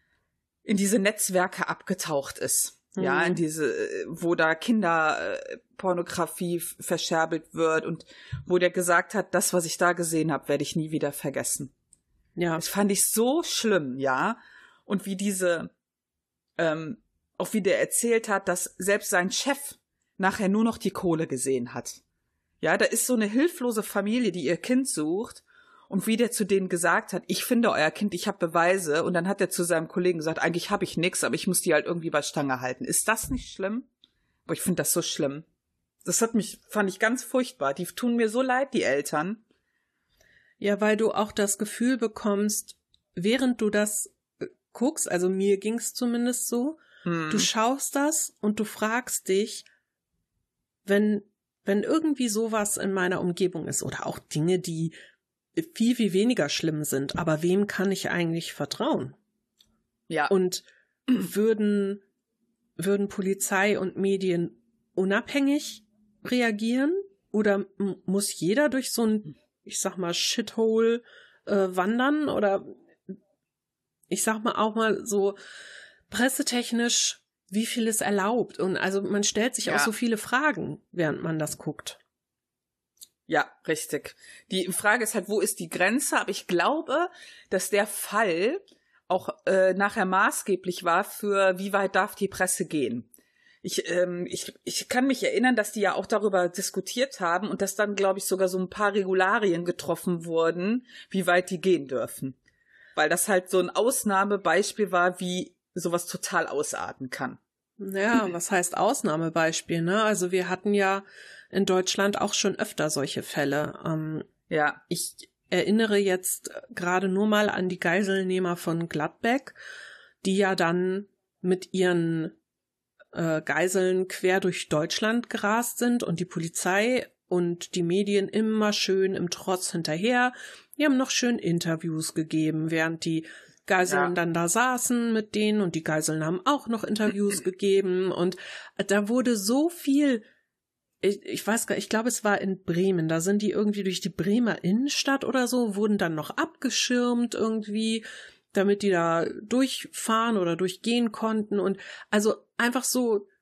in diese Netzwerke abgetaucht ist. Mhm. Ja, in diese, wo da Kinderpornografie verscherbelt wird und wo der gesagt hat, das, was ich da gesehen habe, werde ich nie wieder vergessen. Ja. Das fand ich so schlimm, ja. Und wie diese, ähm, auch wie der erzählt hat, dass selbst sein Chef nachher nur noch die Kohle gesehen hat. Ja, da ist so eine hilflose Familie, die ihr Kind sucht und wie der zu denen gesagt hat, ich finde euer Kind, ich habe Beweise und dann hat er zu seinem Kollegen gesagt, eigentlich habe ich nichts, aber ich muss die halt irgendwie bei Stange halten. Ist das nicht schlimm? Aber ich finde das so schlimm. Das hat mich, fand ich ganz furchtbar. Die tun mir so leid, die Eltern. Ja, weil du auch das Gefühl bekommst, während du das guckst, also mir ging's zumindest so, hm. du schaust das und du fragst dich, wenn, wenn irgendwie sowas in meiner Umgebung ist oder auch Dinge, die viel, viel weniger schlimm sind, aber wem kann ich eigentlich vertrauen? Ja. Und würden, würden Polizei und Medien unabhängig reagieren? Oder m- muss jeder durch so ein, ich sag mal, Shithole äh, wandern? Oder ich sag mal auch mal so pressetechnisch, wie viel ist erlaubt? Und also man stellt sich ja. auch so viele Fragen, während man das guckt. Ja, richtig. Die Frage ist halt, wo ist die Grenze? Aber ich glaube, dass der Fall auch äh, nachher maßgeblich war für, wie weit darf die Presse gehen. Ich, ähm, ich, ich kann mich erinnern, dass die ja auch darüber diskutiert haben und dass dann, glaube ich, sogar so ein paar Regularien getroffen wurden, wie weit die gehen dürfen. Weil das halt so ein Ausnahmebeispiel war, wie sowas total ausarten kann. Ja, was heißt Ausnahmebeispiel, ne? Also wir hatten ja in Deutschland auch schon öfter solche Fälle. Ähm, ja. Ich erinnere jetzt gerade nur mal an die Geiselnehmer von Gladbeck, die ja dann mit ihren äh, Geiseln quer durch Deutschland gerast sind und die Polizei und die Medien immer schön im Trotz hinterher. Die haben noch schön Interviews gegeben, während die Geiseln ja. dann da saßen mit denen und die Geiseln haben auch noch Interviews gegeben und da wurde so viel, ich, ich weiß gar nicht, ich glaube es war in Bremen, da sind die irgendwie durch die Bremer Innenstadt oder so, wurden dann noch abgeschirmt irgendwie, damit die da durchfahren oder durchgehen konnten und also einfach so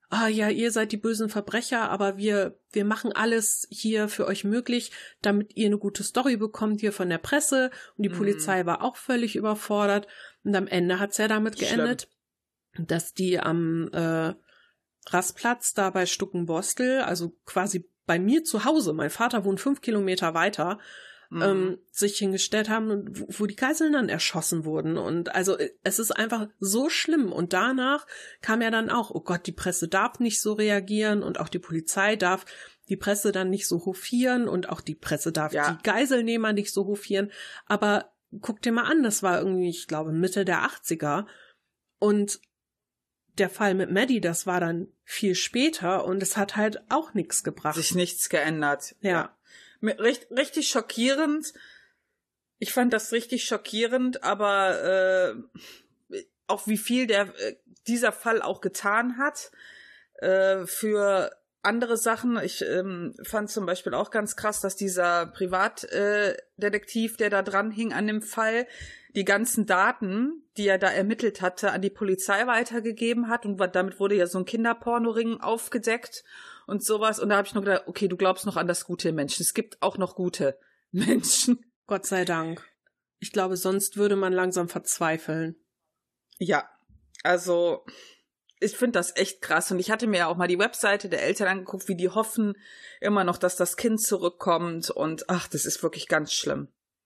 ah ja, ihr seid die bösen Verbrecher, aber wir, wir machen alles hier für euch möglich, damit ihr eine gute Story bekommt hier von der Presse. Und die mhm. Polizei war auch völlig überfordert. Und am Ende hat's ja damit geendet, Schlimm. dass die am äh, Rastplatz da bei Stuckenbostel, also quasi bei mir zu Hause, mein Vater wohnt fünf Kilometer weiter, Mhm. Ähm, sich hingestellt haben, und wo, wo die Geiseln dann erschossen wurden. Und also es ist einfach so schlimm. Und danach kam ja dann auch, oh Gott, die Presse darf nicht so reagieren und auch die Polizei darf die Presse dann nicht so hofieren und auch die Presse darf ja. die Geiselnehmer nicht so hofieren. Aber guck dir mal an, das war irgendwie, ich glaube, Mitte der achtziger. Und der Fall mit Maddie, das war dann viel später und es hat halt auch nichts gebracht. Sich nichts geändert. Ja. ja. Richtig, richtig schockierend. Ich fand das richtig schockierend, aber äh, auch wie viel der äh, dieser Fall auch getan hat äh, für andere Sachen. Ich ähm, fand zum Beispiel auch ganz krass, dass dieser Privatdetektiv, äh, der da dran hing an dem Fall, die ganzen Daten, die er da ermittelt hatte, an die Polizei weitergegeben hat. Und damit wurde ja so ein Kinderpornoring aufgedeckt und sowas. Und da habe ich nur gedacht, okay, du glaubst noch an das Gute im Menschen. Es gibt auch noch gute Menschen. Gott sei Dank. Ich glaube, sonst würde man langsam verzweifeln. Ja, also ich finde das echt krass. Und ich hatte mir ja auch mal die Webseite der Eltern angeguckt, wie die hoffen immer noch, dass das Kind zurückkommt. Und ach, das ist wirklich ganz schlimm.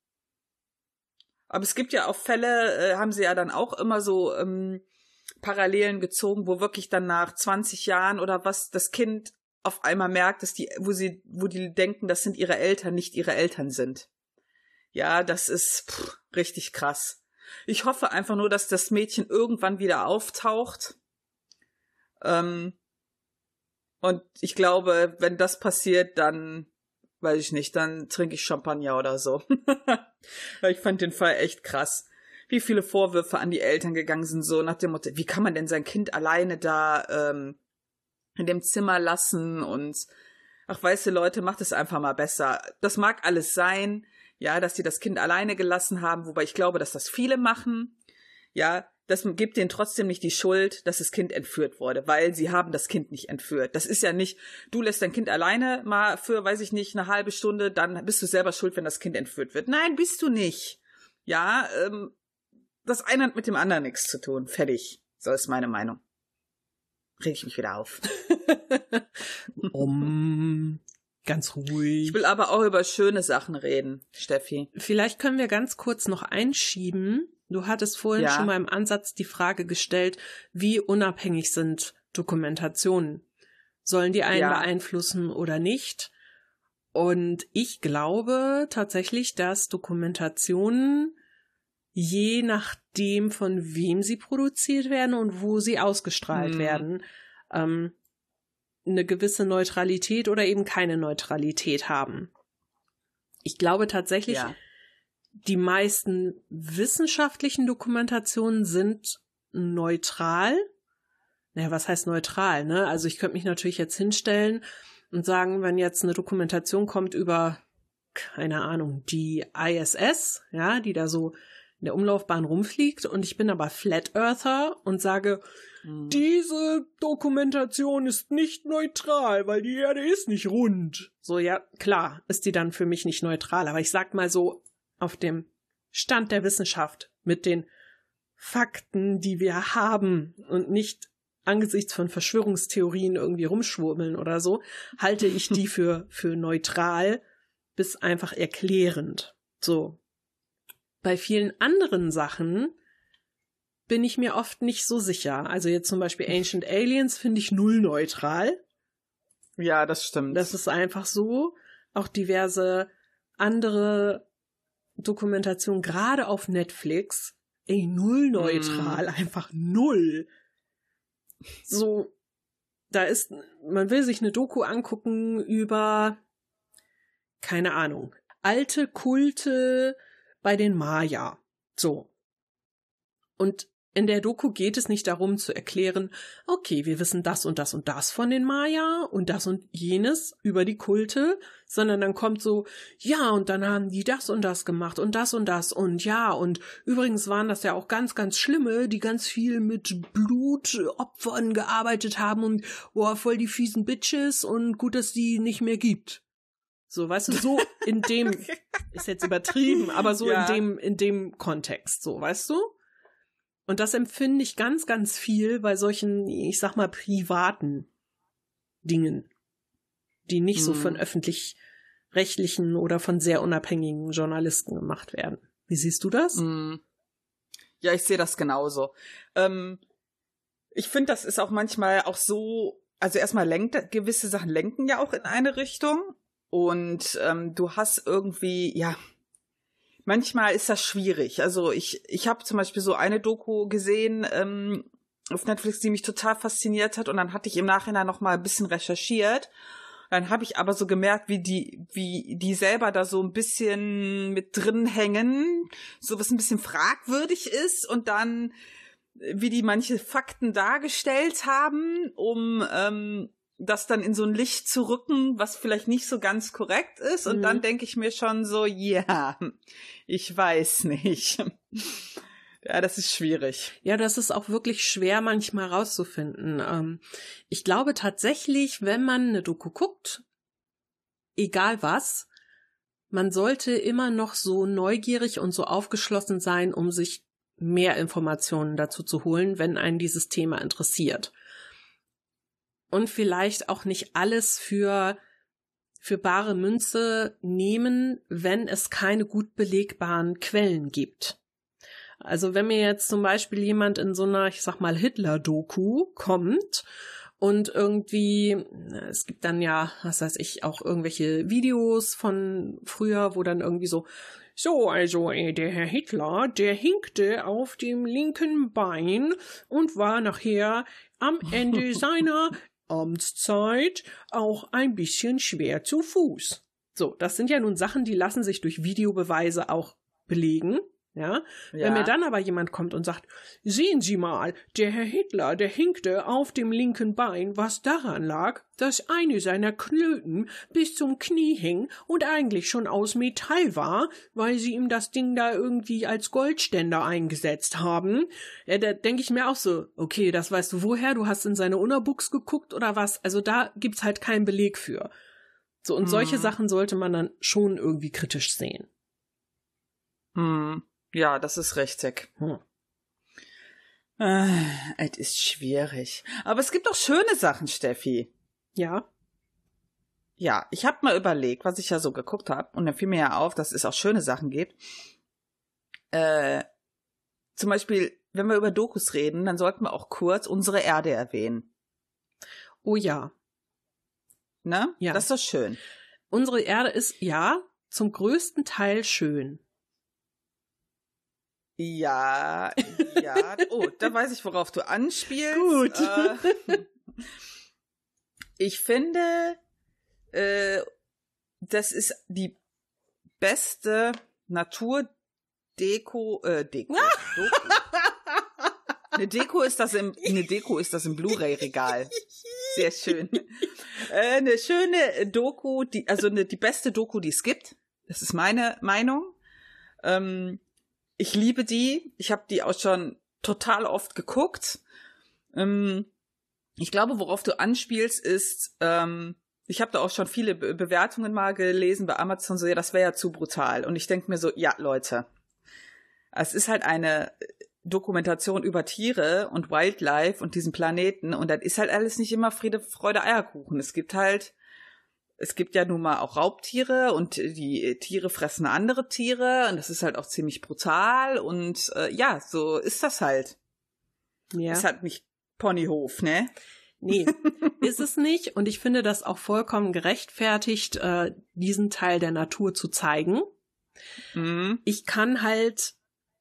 Aber es gibt ja auch Fälle, äh, haben sie ja dann auch immer so ähm, Parallelen gezogen, wo wirklich dann nach zwanzig Jahren oder was das Kind auf einmal merkt, dass die, wo sie, wo die denken, das sind ihre Eltern, nicht ihre Eltern sind. Ja, das ist pff, richtig krass. Ich hoffe einfach nur, dass das Mädchen irgendwann wieder auftaucht. Ähm, und ich glaube, wenn das passiert, dann, weiß ich nicht, dann trinke ich Champagner oder so. Ich fand den Fall echt krass. Wie viele Vorwürfe an die Eltern gegangen sind, so nach dem Motto, wie kann man denn sein Kind alleine da ähm, in dem Zimmer lassen und ach, weißt du, Leute, macht es einfach mal besser. Das mag alles sein, ja, dass die das Kind alleine gelassen haben, wobei ich glaube, dass das viele machen. Ja, das gibt denen trotzdem nicht die Schuld, dass das Kind entführt wurde, weil sie haben das Kind nicht entführt. Das ist ja nicht, du lässt dein Kind alleine mal für, weiß ich nicht, eine halbe Stunde, dann bist du selber schuld, wenn das Kind entführt wird. Nein, bist du nicht. Ja, ähm, das eine hat mit dem anderen nichts zu tun. Fertig. So ist meine Meinung. Reg ich mich wieder auf. um, ganz ruhig. Ich will aber auch über schöne Sachen reden, Steffi. Vielleicht können wir ganz kurz noch einschieben. Du hattest vorhin ja. schon mal im Ansatz die Frage gestellt, wie unabhängig sind Dokumentationen? Sollen die einen ja. beeinflussen oder nicht? Und ich glaube tatsächlich, dass Dokumentationen je nachdem, von wem sie produziert werden und wo sie ausgestrahlt hm. werden, ähm, eine gewisse Neutralität oder eben keine Neutralität haben. Ich glaube tatsächlich, ja. die meisten wissenschaftlichen Dokumentationen sind neutral. Naja, was heißt neutral, ne? Also ich könnte mich natürlich jetzt hinstellen und sagen, wenn jetzt eine Dokumentation kommt über, keine Ahnung, die I S S, ja, die da so in der Umlaufbahn rumfliegt und ich bin aber Flat Earther und sage, mhm. diese Dokumentation ist nicht neutral, weil die Erde ist nicht rund. So, ja, klar, ist die dann für mich nicht neutral, aber ich sag mal so, auf dem Stand der Wissenschaft mit den Fakten, die wir haben und nicht angesichts von Verschwörungstheorien irgendwie rumschwurbeln oder so, halte ich die für, für neutral bis einfach erklärend. So. Bei vielen anderen Sachen bin ich mir oft nicht so sicher. Also jetzt zum Beispiel Ancient Aliens finde ich null neutral. Ja, das stimmt. Das ist einfach so. Auch diverse andere Dokumentationen, gerade auf Netflix, ey, null neutral, mm. einfach null. So, da ist, man will sich eine Doku angucken über, keine Ahnung, alte Kulte bei den Maya. So. Und in der Doku geht es nicht darum zu erklären, okay, wir wissen das und das und das von den Maya und das und jenes über die Kulte, sondern dann kommt so, ja, und dann haben die das und das gemacht und das und das und ja, und übrigens waren das ja auch ganz, ganz Schlimme, die ganz viel mit Blutopfern gearbeitet haben und boah, voll die fiesen Bitches und gut, dass die nicht mehr gibt. So, weißt du, so in dem, ist jetzt übertrieben, aber so ja. in dem, in dem Kontext, so, weißt du? Und das empfinde ich ganz, ganz viel bei solchen, ich sag mal, privaten Dingen, die nicht hm. so von öffentlich-rechtlichen oder von sehr unabhängigen Journalisten gemacht werden. Wie siehst du das? Hm. Ja, ich sehe das genauso. Ähm, ich finde, das ist auch manchmal auch so, also erstmal lenkt, gewisse Sachen lenken ja auch in eine Richtung und ähm, du hast irgendwie, ja, manchmal ist das schwierig. Also ich ich habe zum Beispiel so eine Doku gesehen ähm, auf Netflix, die mich total fasziniert hat und dann hatte ich im Nachhinein noch mal ein bisschen recherchiert. Dann habe ich aber so gemerkt, wie die wie die selber da so ein bisschen mit drin hängen, so was ein bisschen fragwürdig ist und dann wie die manche Fakten dargestellt haben, um ähm, das dann in so ein Licht zu rücken, was vielleicht nicht so ganz korrekt ist. Und mhm. dann denke ich mir schon so, ja, yeah, ich weiß nicht. Ja, das ist schwierig. Ja, das ist auch wirklich schwer manchmal rauszufinden. Ähm, ich glaube tatsächlich, wenn man eine Doku guckt, egal was, man sollte immer noch so neugierig und so aufgeschlossen sein, um sich mehr Informationen dazu zu holen, wenn einen dieses Thema interessiert. Und vielleicht auch nicht alles für, für bare Münze nehmen, wenn es keine gut belegbaren Quellen gibt. Also wenn mir jetzt zum Beispiel jemand in so einer, ich sag mal, Hitler-Doku kommt und irgendwie, es gibt dann ja, was weiß ich, auch irgendwelche Videos von früher, wo dann irgendwie so, so, also äh, der Herr Hitler, der hinkte auf dem linken Bein und war nachher am Ende seiner Amtszeit auch ein bisschen schwer zu Fuß. So, das sind ja nun Sachen, die lassen sich durch Videobeweise auch belegen. Ja? Ja. Wenn mir dann aber jemand kommt und sagt, sehen Sie mal, der Herr Hitler, der hinkte auf dem linken Bein, was daran lag, dass eine seiner Klöten bis zum Knie hing und eigentlich schon aus Metall war, weil sie ihm das Ding da irgendwie als Goldständer eingesetzt haben, ja, da denke ich mir auch so, okay, das weißt du woher, du hast in seine Unterbuchs geguckt oder was, also da gibt's halt keinen Beleg für. So, und hm. solche Sachen sollte man dann schon irgendwie kritisch sehen. Hm. Ja, das ist richtig. Hm. Äh, es ist schwierig. Aber es gibt auch schöne Sachen, Steffi. Ja. Ja, ich habe mal überlegt, was ich ja so geguckt habe. Und dann fiel mir ja auf, dass es auch schöne Sachen gibt. Äh, zum Beispiel, wenn wir über Dokus reden, dann sollten wir auch kurz unsere Erde erwähnen. Oh ja. Ne? Ja. Das ist doch schön. Unsere Erde ist, ja, zum größten Teil schön. Ja, ja. Oh, da weiß ich, worauf du anspielst. Gut. Äh, ich finde, äh, das ist die beste Naturdeko, äh, Deko. Doku. Eine Deko ist das im, eine Deko ist das im Blu-ray-Regal. Sehr schön. Äh, eine schöne Doku, die, also eine, die beste Doku, die es gibt. Das ist meine Meinung. Ähm, Ich liebe die. Ich habe die auch schon total oft geguckt. Ähm, ich glaube, worauf du anspielst, ist, ähm, ich habe da auch schon viele Be- Bewertungen mal gelesen bei Amazon, so, ja, das wäre ja zu brutal. Und ich denke mir so, ja, Leute, es ist halt eine Dokumentation über Tiere und Wildlife und diesen Planeten und das ist halt alles nicht immer Friede, Freude, Eierkuchen. Es gibt halt Es gibt ja nun mal auch Raubtiere und die Tiere fressen andere Tiere und das ist halt auch ziemlich brutal und äh, ja, so ist das halt. Ja. Ist halt nicht Ponyhof, ne? Nee, ist es nicht und ich finde das auch vollkommen gerechtfertigt, äh, diesen Teil der Natur zu zeigen. Mhm. Ich kann halt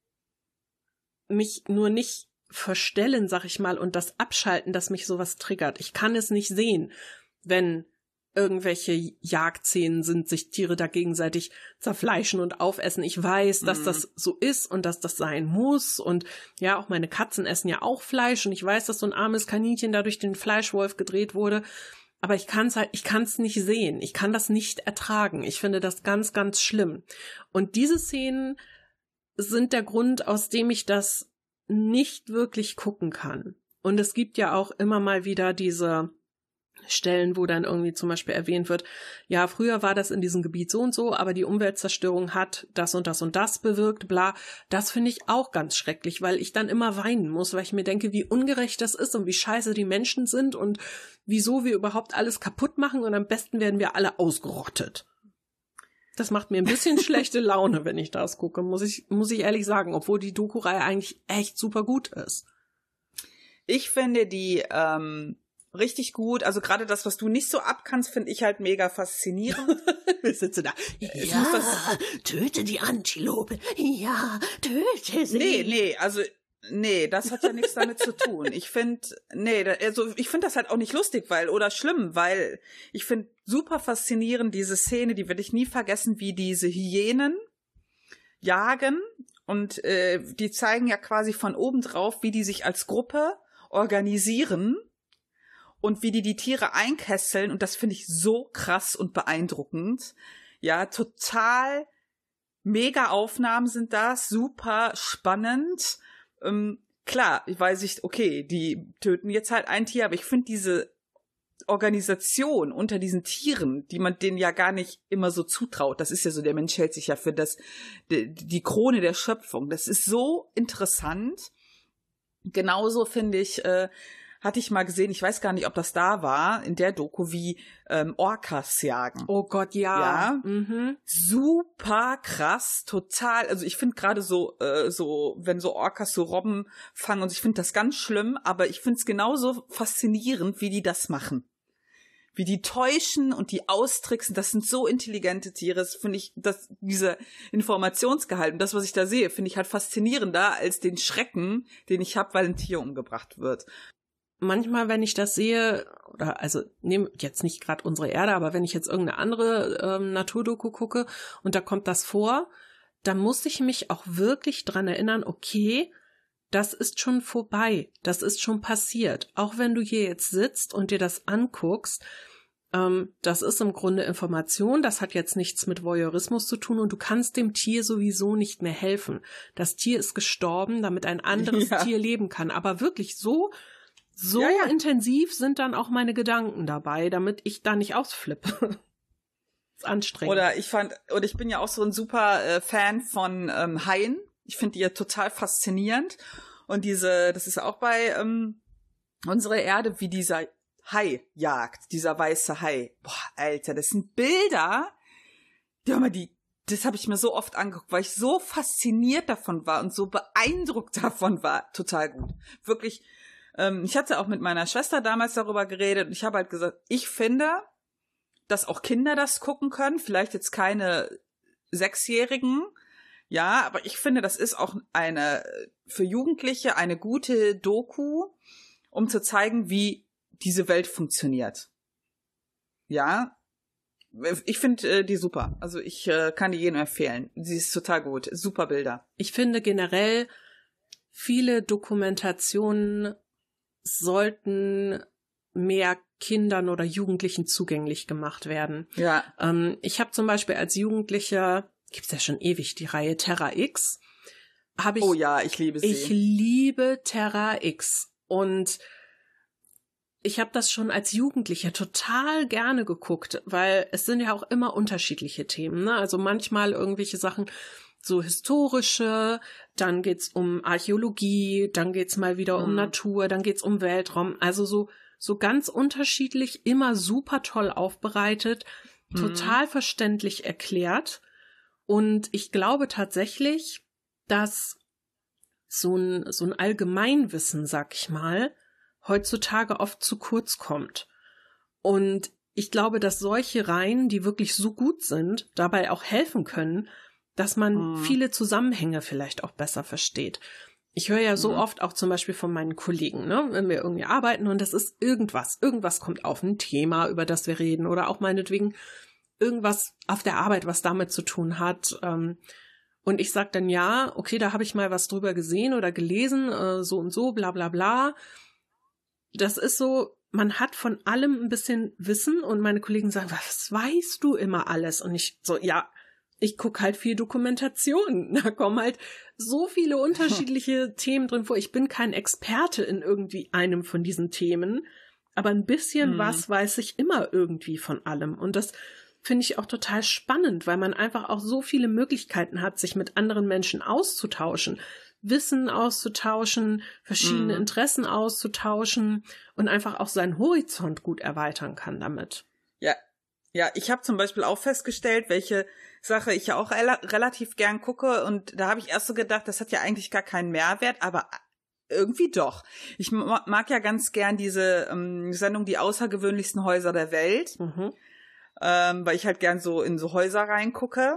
mich nur nicht verstellen, sag ich mal, und das abschalten, dass mich sowas triggert. Ich kann es nicht sehen, wenn irgendwelche Jagdszenen sind, sich Tiere da gegenseitig zerfleischen und aufessen. Ich weiß, dass Mhm. das so ist und dass das sein muss. Und ja, auch meine Katzen essen ja auch Fleisch. Und ich weiß, dass so ein armes Kaninchen da durch den Fleischwolf gedreht wurde. Aber ich kann es halt, ich kann es nicht sehen. Ich kann das nicht ertragen. Ich finde das ganz, ganz schlimm. Und diese Szenen sind der Grund, aus dem ich das nicht wirklich gucken kann. Und es gibt ja auch immer mal wieder diese Stellen, wo dann irgendwie zum Beispiel erwähnt wird, ja, früher war das in diesem Gebiet so und so, aber die Umweltzerstörung hat das und das und das bewirkt, bla. Das finde ich auch ganz schrecklich, weil ich dann immer weinen muss, weil ich mir denke, wie ungerecht das ist und wie scheiße die Menschen sind und wieso wir überhaupt alles kaputt machen und am besten werden wir alle ausgerottet. Das macht mir ein bisschen schlechte Laune, wenn ich das gucke, muss ich, muss ich ehrlich sagen, obwohl die Doku-Reihe eigentlich echt super gut ist. Ich finde die ähm, richtig gut. Also gerade das, was du nicht so abkannst, finde ich halt mega faszinierend. Wir sitzen da. Es Ja, muss das- töte die Antilope. Ja, töte sie. Nee, nee, also nee, das hat ja nichts damit zu tun. Ich finde, nee, da, also ich finde das halt auch nicht lustig, weil oder schlimm, weil ich finde super faszinierend diese Szene, die werde ich nie vergessen, wie diese Hyänen jagen und äh, die zeigen ja quasi von oben drauf, wie die sich als Gruppe organisieren und wie die die Tiere einkesseln und das finde ich so krass und beeindruckend. Ja, total mega Aufnahmen sind das, super spannend. Ähm, klar, ich weiß nicht, okay, die töten jetzt halt ein Tier, aber ich finde diese Organisation unter diesen Tieren, die man denen ja gar nicht immer so zutraut, das ist ja so, der Mensch hält sich ja für das, die, die Krone der Schöpfung, das ist so interessant. Genauso finde ich, äh, hatte ich mal gesehen, ich weiß gar nicht, ob das da war, in der Doku, wie ähm, Orcas jagen. Oh Gott, ja. Ja. Mhm. Super krass, total. Also ich finde gerade so, äh, so, wenn so Orcas so Robben fangen und so, ich finde das ganz schlimm, aber ich finde es genauso faszinierend, wie die das machen. Wie die täuschen und die austricksen, das sind so intelligente Tiere, das finde ich, das, diese Informationsgehalt und das, was ich da sehe, finde ich halt faszinierender als den Schrecken, den ich habe, weil ein Tier umgebracht wird. Manchmal, wenn ich das sehe, oder also nehme jetzt nicht gerade unsere Erde, aber wenn ich jetzt irgendeine andere ähm, Naturdoku gucke und da kommt das vor, dann muss ich mich auch wirklich dran erinnern, okay, das ist schon vorbei, das ist schon passiert. Auch wenn du hier jetzt sitzt und dir das anguckst, ähm, das ist im Grunde Information, das hat jetzt nichts mit Voyeurismus zu tun und du kannst dem Tier sowieso nicht mehr helfen. Das Tier ist gestorben, damit ein anderes Ja. Tier leben kann. Aber wirklich so, so Ja, ja. intensiv sind dann auch meine Gedanken dabei, damit ich da nicht ausflippe. Ist anstrengend. Oder ich fand, oder ich bin ja auch so ein super äh, Fan von ähm, Haien. Ich finde die ja total faszinierend. Und diese, das ist auch bei ähm, unserer Erde, wie dieser Hai jagt, dieser weiße Hai. Boah, Alter, das sind Bilder, die, mal, die das habe ich mir so oft angeguckt, weil ich so fasziniert davon war und so beeindruckt davon war. Total gut. Wirklich, ähm, ich hatte auch mit meiner Schwester damals darüber geredet und ich habe halt gesagt, ich finde, dass auch Kinder das gucken können, vielleicht jetzt keine Sechsjährigen, ja, aber ich finde, das ist auch eine für Jugendliche eine gute Doku, um zu zeigen, wie diese Welt funktioniert. Ja, ich finde äh, die super. Also ich äh, kann die jedem empfehlen. Sie ist total gut. Super Bilder. Ich finde generell, viele Dokumentationen sollten mehr Kindern oder Jugendlichen zugänglich gemacht werden. Ja. Ähm, ich habe zum Beispiel als Jugendlicher, gibt's ja schon ewig, die Reihe Terra X. Hab ich, Oh ja, ich liebe sie. Ich liebe Terra X. Und ich habe das schon als Jugendlicher total gerne geguckt, weil es sind ja auch immer unterschiedliche Themen, ne? Also manchmal irgendwelche Sachen, so historische, dann geht's um Archäologie, dann geht's mal wieder um Mhm. Natur, dann geht's um Weltraum. Also so, so ganz unterschiedlich, immer super toll aufbereitet, Mhm. total verständlich erklärt. Und ich glaube tatsächlich, dass so ein, so ein Allgemeinwissen, sag ich mal, heutzutage oft zu kurz kommt. Und ich glaube, dass solche Reihen, die wirklich so gut sind, dabei auch helfen können, dass man Mhm. viele Zusammenhänge vielleicht auch besser versteht. ich höre ja so Mhm. oft auch zum Beispiel von meinen Kollegen, ne, wenn wir irgendwie arbeiten und das ist irgendwas, irgendwas kommt auf, ein Thema, über das wir reden oder auch meinetwegen irgendwas auf der Arbeit, was damit zu tun hat. Ähm, und ich sage dann, ja, okay, da habe ich mal was drüber gesehen oder gelesen, äh, so und so, bla bla bla. Das ist so, man hat von allem ein bisschen Wissen und meine Kollegen sagen, was weißt du immer alles? Und ich so, ja, ich gucke halt viel Dokumentation. Da kommen halt so viele unterschiedliche Themen drin vor. Ich bin kein Experte in irgendwie einem von diesen Themen, aber ein bisschen Mhm. was weiß ich immer irgendwie von allem. Und das finde ich auch total spannend, weil man einfach auch so viele Möglichkeiten hat, sich mit anderen Menschen auszutauschen, Wissen auszutauschen, verschiedene Mhm. Interessen auszutauschen und einfach auch seinen Horizont gut erweitern kann damit. Ja, ja, ich habe zum Beispiel auch festgestellt, welche Sache ich ja auch rela- relativ gern gucke und da habe ich erst so gedacht, das hat ja eigentlich gar keinen Mehrwert, aber irgendwie doch. Ich ma- mag ja ganz gern diese ähm, Sendung Die außergewöhnlichsten Häuser der Welt, Mhm. ähm, weil ich halt gern so in so Häuser reingucke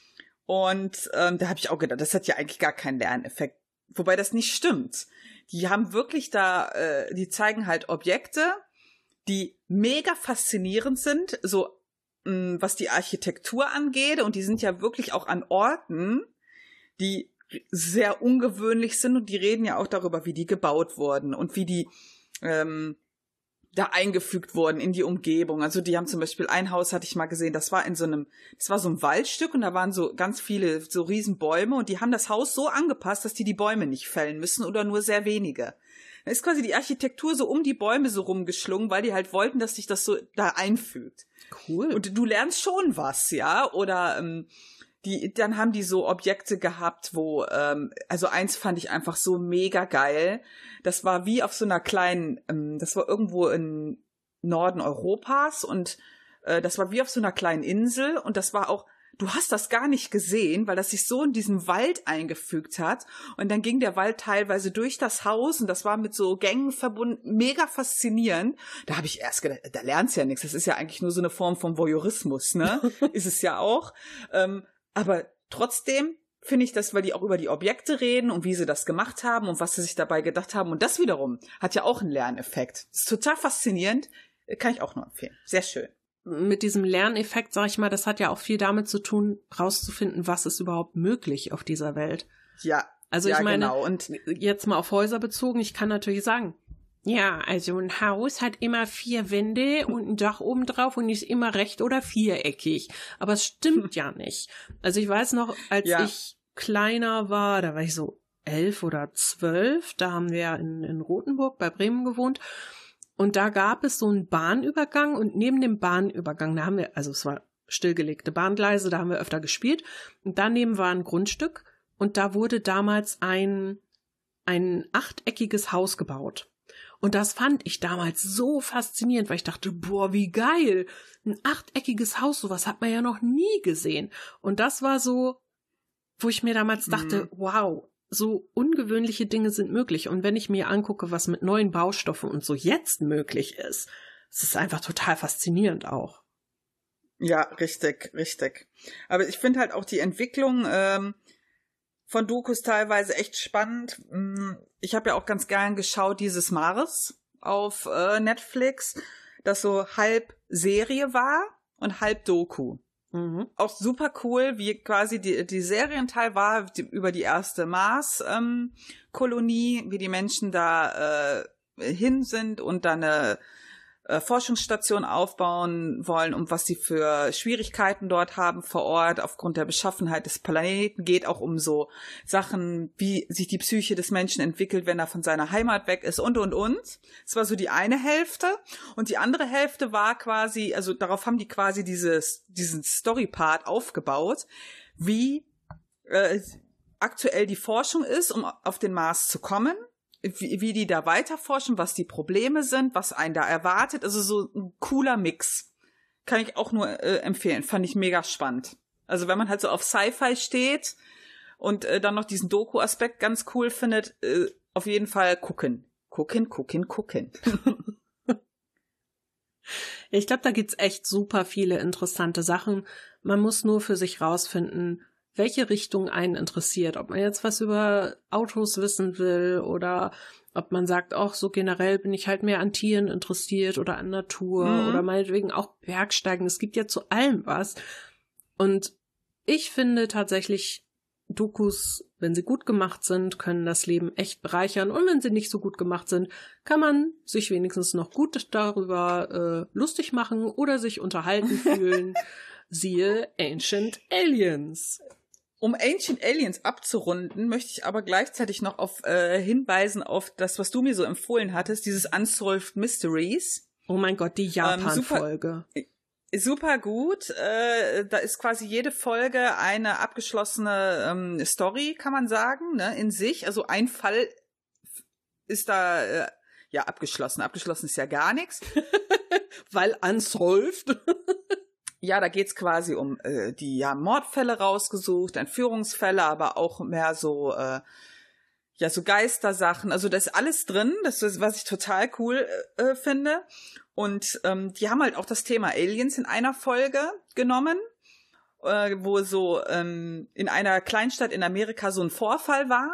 und ähm, da habe ich auch gedacht, das hat ja eigentlich gar keinen Lerneffekt, wobei das nicht stimmt. Die haben wirklich da, äh, die zeigen halt Objekte, die mega faszinierend sind, so mh, was die Architektur angeht. Und die sind ja wirklich auch an Orten, die sehr ungewöhnlich sind. Und die reden ja auch darüber, wie die gebaut wurden und wie die ähm, da eingefügt wurden in die Umgebung. Also die haben zum Beispiel ein Haus, hatte ich mal gesehen, das war in so einem, das war so ein Waldstück und da waren so ganz viele so riesen Bäume und die haben das Haus so angepasst, dass die die Bäume nicht fällen müssen oder nur sehr wenige. Da ist quasi die Architektur so um die Bäume so rumgeschlungen, weil die halt wollten, dass sich das so da einfügt. Cool. Und du lernst schon was, ja, oder ähm, die, dann haben die so Objekte gehabt, wo, ähm, also eins fand ich einfach so mega geil. Das war wie auf so einer kleinen, ähm, das war irgendwo im Norden Europas und äh, das war wie auf so einer kleinen Insel und das war auch, du hast das gar nicht gesehen, weil das sich so in diesen Wald eingefügt hat und dann ging der Wald teilweise durch das Haus und das war mit so Gängen verbunden, mega faszinierend. Da habe ich erst gedacht, da lernst du ja nichts, das ist ja eigentlich nur so eine Form von Voyeurismus, ne? Ist es ja auch. Ähm, aber trotzdem finde ich das, weil die auch über die Objekte reden und wie sie das gemacht haben und was sie sich dabei gedacht haben. Und das wiederum hat ja auch einen Lerneffekt. Das ist total faszinierend. Kann ich auch nur empfehlen. Sehr schön. Mit diesem Lerneffekt, sag ich mal, das hat ja auch viel damit zu tun, rauszufinden, was ist überhaupt möglich auf dieser Welt. Ja, Also ja, ich meine, genau. Und jetzt mal auf Häuser bezogen, ich kann natürlich sagen, ja, also ein Haus hat immer vier Wände und ein Dach oben drauf und ist immer recht oder viereckig. Aber es stimmt ja nicht. Also ich weiß noch, als Ja. ich kleiner war, da war ich so elf oder zwölf, da haben wir in, in Rothenburg bei Bremen gewohnt. Und da gab es so einen Bahnübergang und neben dem Bahnübergang, da haben wir, also es war stillgelegte Bahngleise, da haben wir öfter gespielt. Und daneben war ein Grundstück und da wurde damals ein, ein achteckiges Haus gebaut. Und das fand ich damals so faszinierend, weil ich dachte, boah, wie geil. Ein achteckiges Haus, sowas hat man ja noch nie gesehen. Und das war so, wo ich mir damals dachte, Mhm. wow, so ungewöhnliche Dinge sind möglich. Und wenn ich mir angucke, was mit neuen Baustoffen und so jetzt möglich ist, es ist einfach total faszinierend auch. ja, richtig, richtig. Aber ich finde halt auch die Entwicklung ähm, von Dokus teilweise echt spannend. Ich habe ja auch ganz gern geschaut, dieses Mars auf äh, Netflix, das so halb Serie war und halb Doku. Mhm. Auch super cool, wie quasi die, die Serienteil war die, über die erste Mars-Kolonie, ähm, wie die Menschen da äh, hin sind und dann eine äh, Forschungsstation aufbauen wollen und was sie für Schwierigkeiten dort haben vor Ort aufgrund der Beschaffenheit des Planeten. Geht auch um so Sachen, wie sich die Psyche des Menschen entwickelt, wenn er von seiner Heimat weg ist und, und, und. Das war so die eine Hälfte. Und die andere Hälfte war quasi, also darauf haben die quasi dieses, diesen Story-Part aufgebaut, wie äh, aktuell die Forschung ist, um auf den Mars zu kommen. Wie, wie die da weiterforschen, was die Probleme sind, was einen da erwartet. Also so ein cooler Mix. Kann ich auch nur äh, empfehlen. Fand ich mega spannend. Also wenn man halt so auf Sci-Fi steht und äh, dann noch diesen Doku-Aspekt ganz cool findet, äh, auf jeden Fall gucken. Gucken, gucken, gucken. Ich glaube, da gibt's echt super viele interessante Sachen. Man muss nur für sich rausfinden, welche Richtung einen interessiert. Ob man jetzt was über Autos wissen will oder ob man sagt, auch so generell bin ich halt mehr an Tieren interessiert oder an Natur mhm. oder meinetwegen auch Bergsteigen. Es gibt ja zu allem was. Und ich finde tatsächlich, Dokus, wenn sie gut gemacht sind, können das Leben echt bereichern. Und wenn sie nicht so gut gemacht sind, kann man sich wenigstens noch gut darüber äh, lustig machen oder sich unterhalten fühlen. Siehe Ancient Aliens. Um Ancient Aliens abzurunden, möchte ich aber gleichzeitig noch auf äh, hinweisen auf das, was du mir so empfohlen hattest, dieses Unsolved Mysteries. Oh mein Gott, die Japan-Folge. Ähm, super, super gut. Äh, da ist quasi jede Folge eine abgeschlossene ähm, Story, kann man sagen, ne, in sich. Also ein Fall ist da äh, ja abgeschlossen. Abgeschlossen ist ja gar nichts. Weil unsolved. Ja, da geht's quasi um äh, die ja, Mordfälle rausgesucht, Entführungsfälle, aber auch mehr so äh, ja so Geistersachen. Also da ist alles drin, das ist, was ich total cool äh, finde. Und ähm, die haben halt auch das Thema Aliens in einer Folge genommen, äh, wo so ähm, in einer Kleinstadt in Amerika so ein Vorfall war.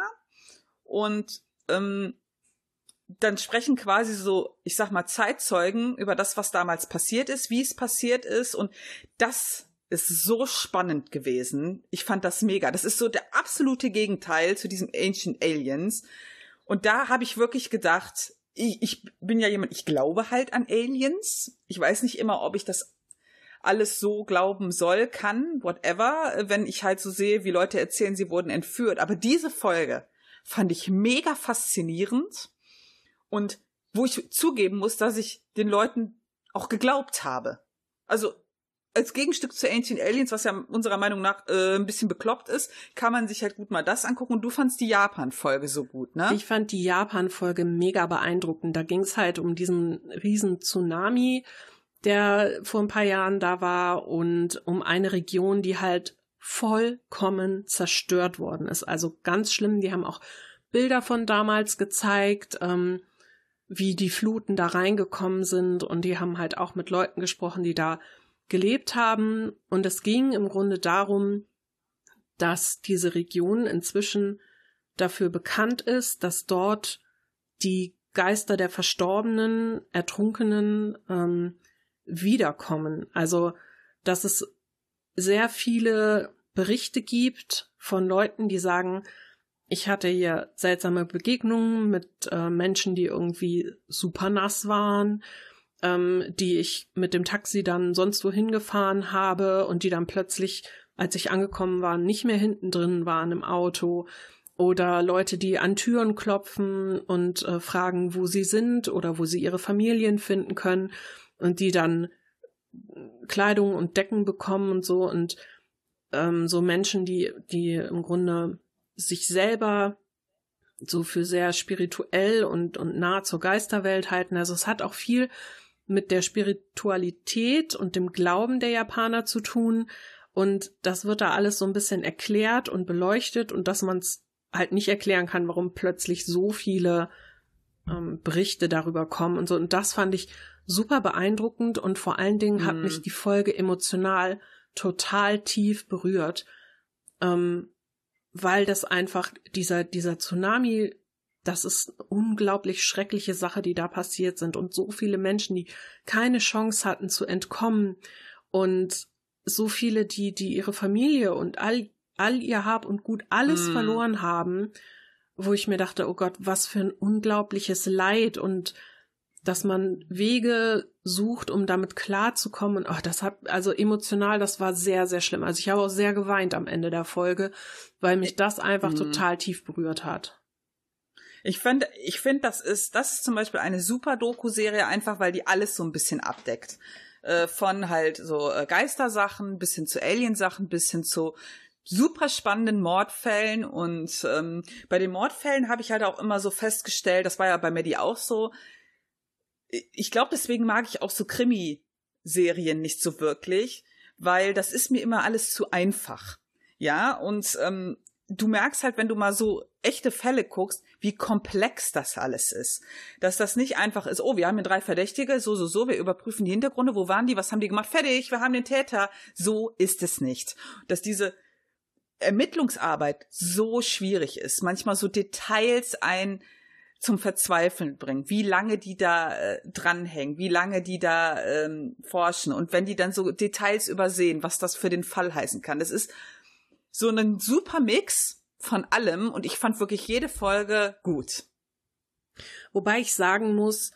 Und ähm, dann sprechen quasi so, ich sag mal, Zeitzeugen über das, was damals passiert ist, wie es passiert ist. Und das ist so spannend gewesen. Ich fand das mega. Das ist so der absolute Gegenteil zu diesem Ancient Aliens. Und da habe ich wirklich gedacht, ich, ich bin ja jemand, ich glaube halt an Aliens. Ich weiß nicht immer, ob ich das alles so glauben soll, kann, whatever, wenn ich halt so sehe, wie Leute erzählen, sie wurden entführt. Aber diese Folge fand ich mega faszinierend. Und wo ich zugeben muss, dass ich den Leuten auch geglaubt habe. Also als Gegenstück zu Ancient Aliens, was ja unserer Meinung nach äh, ein bisschen bekloppt ist, kann man sich halt gut mal das angucken. Und du fandst die Japan-Folge so gut, ne? Ich fand die Japan-Folge mega beeindruckend. Da ging es halt um diesen riesen Tsunami, der vor ein paar Jahren da war und um eine Region, die halt vollkommen zerstört worden ist. Also ganz schlimm. Die haben auch Bilder von damals gezeigt, ähm, wie die Fluten da reingekommen sind, und die haben halt auch mit Leuten gesprochen, die da gelebt haben, und es ging im Grunde darum, dass diese Region inzwischen dafür bekannt ist, dass dort die Geister der Verstorbenen, Ertrunkenen ähm, wiederkommen. Also, dass es sehr viele Berichte gibt von Leuten, die sagen, ich hatte hier seltsame Begegnungen mit äh, Menschen, die irgendwie super nass waren, ähm, die ich mit dem Taxi dann sonst wohin gefahren habe und die dann plötzlich, als ich angekommen war, nicht mehr hinten drin waren im Auto. Oder Leute, die an Türen klopfen und äh, fragen, wo sie sind oder wo sie ihre Familien finden können, und die dann Kleidung und Decken bekommen und so. Und ähm, so Menschen, die, die im Grunde sich selber so für sehr spirituell und, und nah zur Geisterwelt halten. Also es hat auch viel mit der Spiritualität und dem Glauben der Japaner zu tun. Und das wird da alles so ein bisschen erklärt und beleuchtet, und dass man es halt nicht erklären kann, warum plötzlich so viele ähm, Berichte darüber kommen und so. Und das fand ich super beeindruckend, und vor allen Dingen hat mm. mich die Folge emotional total tief berührt. Ähm, weil das einfach, dieser, dieser Tsunami, das ist eine unglaublich schreckliche Sache, die da passiert sind, und so viele Menschen, die keine Chance hatten zu entkommen, und so viele, die, die ihre Familie und all, all ihr Hab und Gut, alles mm. verloren haben, wo ich mir dachte, oh Gott, was für ein unglaubliches Leid, und dass man Wege sucht, um damit klarzukommen. Oh, das hat, also emotional, das war sehr, sehr schlimm. Also ich habe auch sehr geweint am Ende der Folge, weil mich das einfach mhm. total tief berührt hat. Ich finde, ich finde, das ist, das ist zum Beispiel eine super Doku-Serie, einfach weil die alles so ein bisschen abdeckt. Äh, von halt so äh, Geistersachen bis hin zu Aliensachen, bis hin zu super spannenden Mordfällen. Und ähm, bei den Mordfällen habe ich halt auch immer so festgestellt, das war ja bei Maddie auch so, ich glaube, deswegen mag ich auch so Krimi-Serien nicht so wirklich, weil das ist mir immer alles zu einfach. Ja, und ähm, du merkst halt, wenn du mal so echte Fälle guckst, wie komplex das alles ist. Dass das nicht einfach ist, oh, wir haben hier drei Verdächtige, so, so, so, wir überprüfen die Hintergründe, wo waren die, was haben die gemacht, fertig, wir haben den Täter. So ist es nicht. Dass diese Ermittlungsarbeit so schwierig ist, manchmal so Details ein zum Verzweifeln bringt, wie lange die da äh, dranhängen, wie lange die da ähm, forschen und wenn die dann so Details übersehen, was das für den Fall heißen kann. Das ist so ein super Mix von allem und ich fand wirklich jede Folge gut. Wobei ich sagen muss,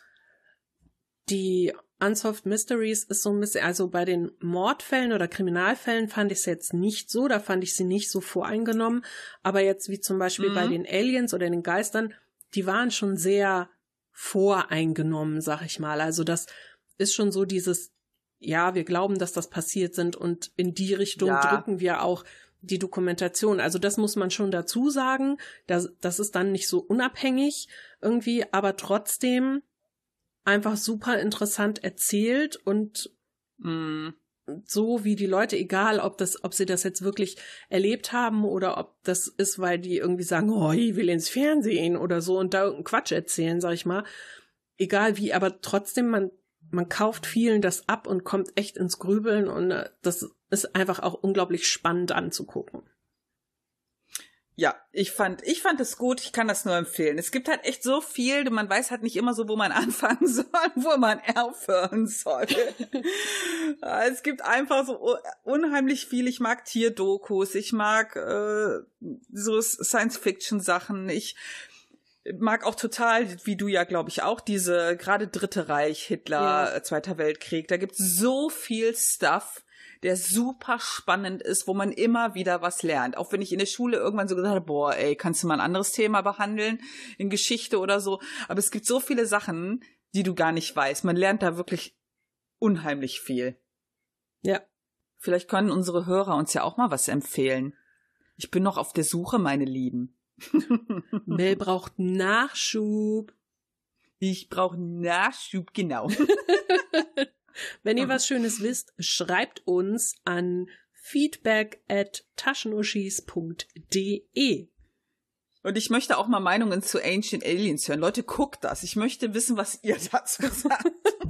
die Unsolved Mysteries ist so ein bisschen, also bei den Mordfällen oder Kriminalfällen fand ich es jetzt nicht so, da fand ich sie nicht so voreingenommen, aber jetzt wie zum Beispiel mhm. bei den Aliens oder den Geistern, die waren schon sehr voreingenommen, sag ich mal. Also das ist schon so dieses, ja, wir glauben, dass das passiert sind und in die Richtung ja. drücken wir auch die Dokumentation. Also das muss man schon dazu sagen. Das, das ist dann nicht so unabhängig irgendwie, aber trotzdem einfach super interessant erzählt und mm. so wie die Leute, egal ob das, ob sie das jetzt wirklich erlebt haben oder ob das ist, weil die irgendwie sagen, oh, ich will ins Fernsehen oder so und da irgendeinen Quatsch erzählen, sag ich mal. Egal wie, aber trotzdem, man, man kauft vielen das ab und kommt echt ins Grübeln und das ist einfach auch unglaublich spannend anzugucken. Ja, ich fand, ich fand es gut, ich kann das nur empfehlen. Es gibt halt echt so viel, man weiß halt nicht immer so, wo man anfangen soll, wo man aufhören soll. Es gibt einfach so unheimlich viel. Ich mag Tierdokus, ich mag äh, so Science-Fiction-Sachen, ich mag auch total, wie du ja, glaube ich, auch, diese gerade Dritte Reich, Hitler, ja. Zweiter Weltkrieg, da gibt's so viel Stuff, der super spannend ist, wo man immer wieder was lernt. Auch wenn ich in der Schule irgendwann so gesagt habe, boah, ey, kannst du mal ein anderes Thema behandeln, in Geschichte oder so. Aber es gibt so viele Sachen, die du gar nicht weißt. Man lernt da wirklich unheimlich viel. Ja. Vielleicht können unsere Hörer uns ja auch mal was empfehlen. Ich bin noch auf der Suche, meine Lieben. Mel braucht Nachschub. Ich brauche Nachschub, genau. Wenn ihr was Schönes wisst, schreibt uns an feedback at taschenuschis punkt de. Und ich möchte auch mal Meinungen zu Ancient Aliens hören. Leute, guckt das. Ich möchte wissen, was ihr dazu sagt.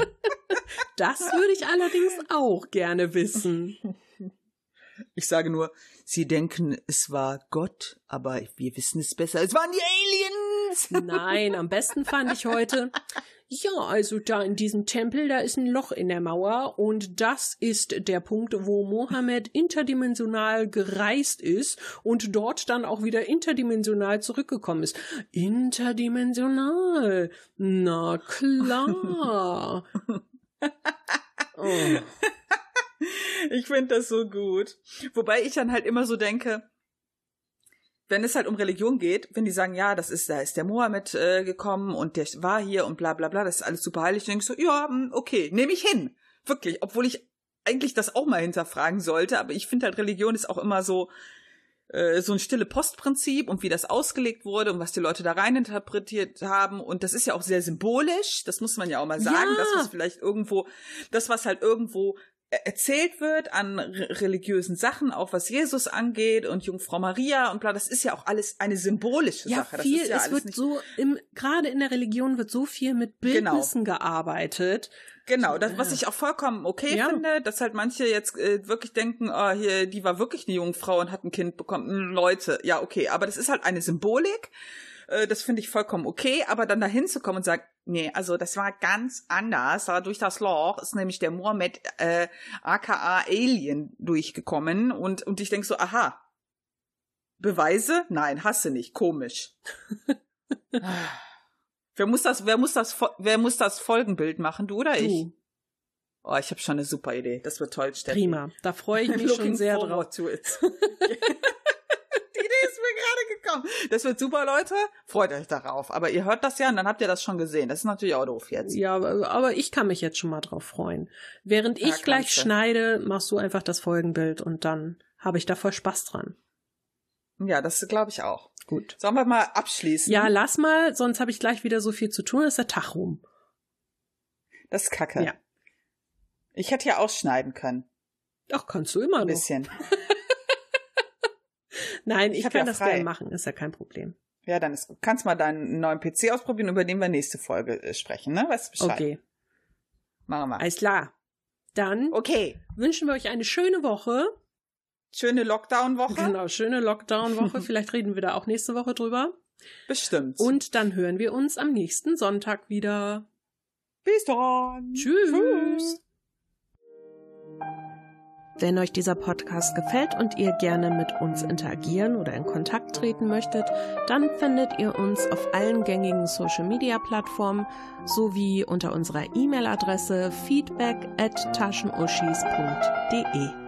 Das würde ich allerdings auch gerne wissen. Ich sage nur, sie denken, es war Gott, aber wir wissen es besser. Es waren die Aliens! Nein, am besten fand ich heute, ja, also da in diesem Tempel, da ist ein Loch in der Mauer und das ist der Punkt, wo Mohammed interdimensional gereist ist und dort dann auch wieder interdimensional zurückgekommen ist. Interdimensional, na klar. Oh. Ich finde das so gut. Wobei ich dann halt immer so denke, wenn es halt um Religion geht, wenn die sagen, ja, das ist, da ist der Mohammed äh, gekommen und der war hier und bla bla bla, das ist alles super heilig, dann denke ich so, ja, okay, nehme ich hin. Wirklich, obwohl ich eigentlich das auch mal hinterfragen sollte, aber ich finde halt, Religion ist auch immer so, äh, so ein stille Postprinzip und wie das ausgelegt wurde und was die Leute da rein interpretiert haben und das ist ja auch sehr symbolisch, das muss man ja auch mal sagen, ja. das, was vielleicht irgendwo, das, was halt irgendwo erzählt wird an re- religiösen Sachen, auch was Jesus angeht und Jungfrau Maria und bla, das ist ja auch alles eine symbolische ja, Sache. Das viel, ist ja es alles wird nicht so, im, gerade in der Religion wird so viel mit Bildnissen genau. gearbeitet. Genau, das, was ich auch vollkommen okay ja. finde, dass halt manche jetzt äh, wirklich denken, oh, hier, die war wirklich eine Jungfrau und hat ein Kind bekommen. Leute, ja, okay, aber das ist halt eine Symbolik. Das finde ich vollkommen okay, aber dann dahin zu kommen und sagen, nee, also das war ganz anders. Da durch das Loch ist nämlich der Mohammed äh, aka Alien durchgekommen und und ich denke so, aha, Beweise? Nein, hast du nicht. Komisch. Wer muss das, wer muss das, wer muss das Folgenbild machen, du oder ich? Du. Oh, ich habe schon eine super Idee. Das wird toll, Steffi. Prima, da freue ich mich schon sehr drauf. To it. Die Idee ist mir gerade gekommen. Das wird super, Leute. Freut euch darauf. Aber ihr hört das ja und dann habt ihr das schon gesehen. Das ist natürlich auch doof jetzt. Ja, aber ich kann mich jetzt schon mal drauf freuen. Während ich ja, gleich schneide, machst du einfach das Folgenbild und dann habe ich da voll Spaß dran. Ja, das glaube ich auch. Gut. Sollen wir mal abschließen? Ja, lass mal, sonst habe ich gleich wieder so viel zu tun, ist der Tag rum. Das ist kacke. Ja. Ich hätte ja ausschneiden können. Ach, kannst du immer noch. Ein bisschen. Nein, ich, ich kann ja das gerne machen, ist ja kein Problem. Ja, dann ist gut. Kannst mal deinen neuen P C ausprobieren, über den wir nächste Folge äh, sprechen, ne? Weißt du Bescheid? Okay. Machen wir mal. Alles klar. Dann okay. wünschen wir euch eine schöne Woche. Schöne Lockdown-Woche. Genau, schöne Lockdown-Woche. Vielleicht reden wir da auch nächste Woche drüber. Bestimmt. Und dann hören wir uns am nächsten Sonntag wieder. Bis dann. Tschüss. Tschüss. Wenn euch dieser Podcast gefällt und ihr gerne mit uns interagieren oder in Kontakt treten möchtet, dann findet ihr uns auf allen gängigen Social-Media-Plattformen sowie unter unserer E-Mail-Adresse feedback at taschenuschis punkt de.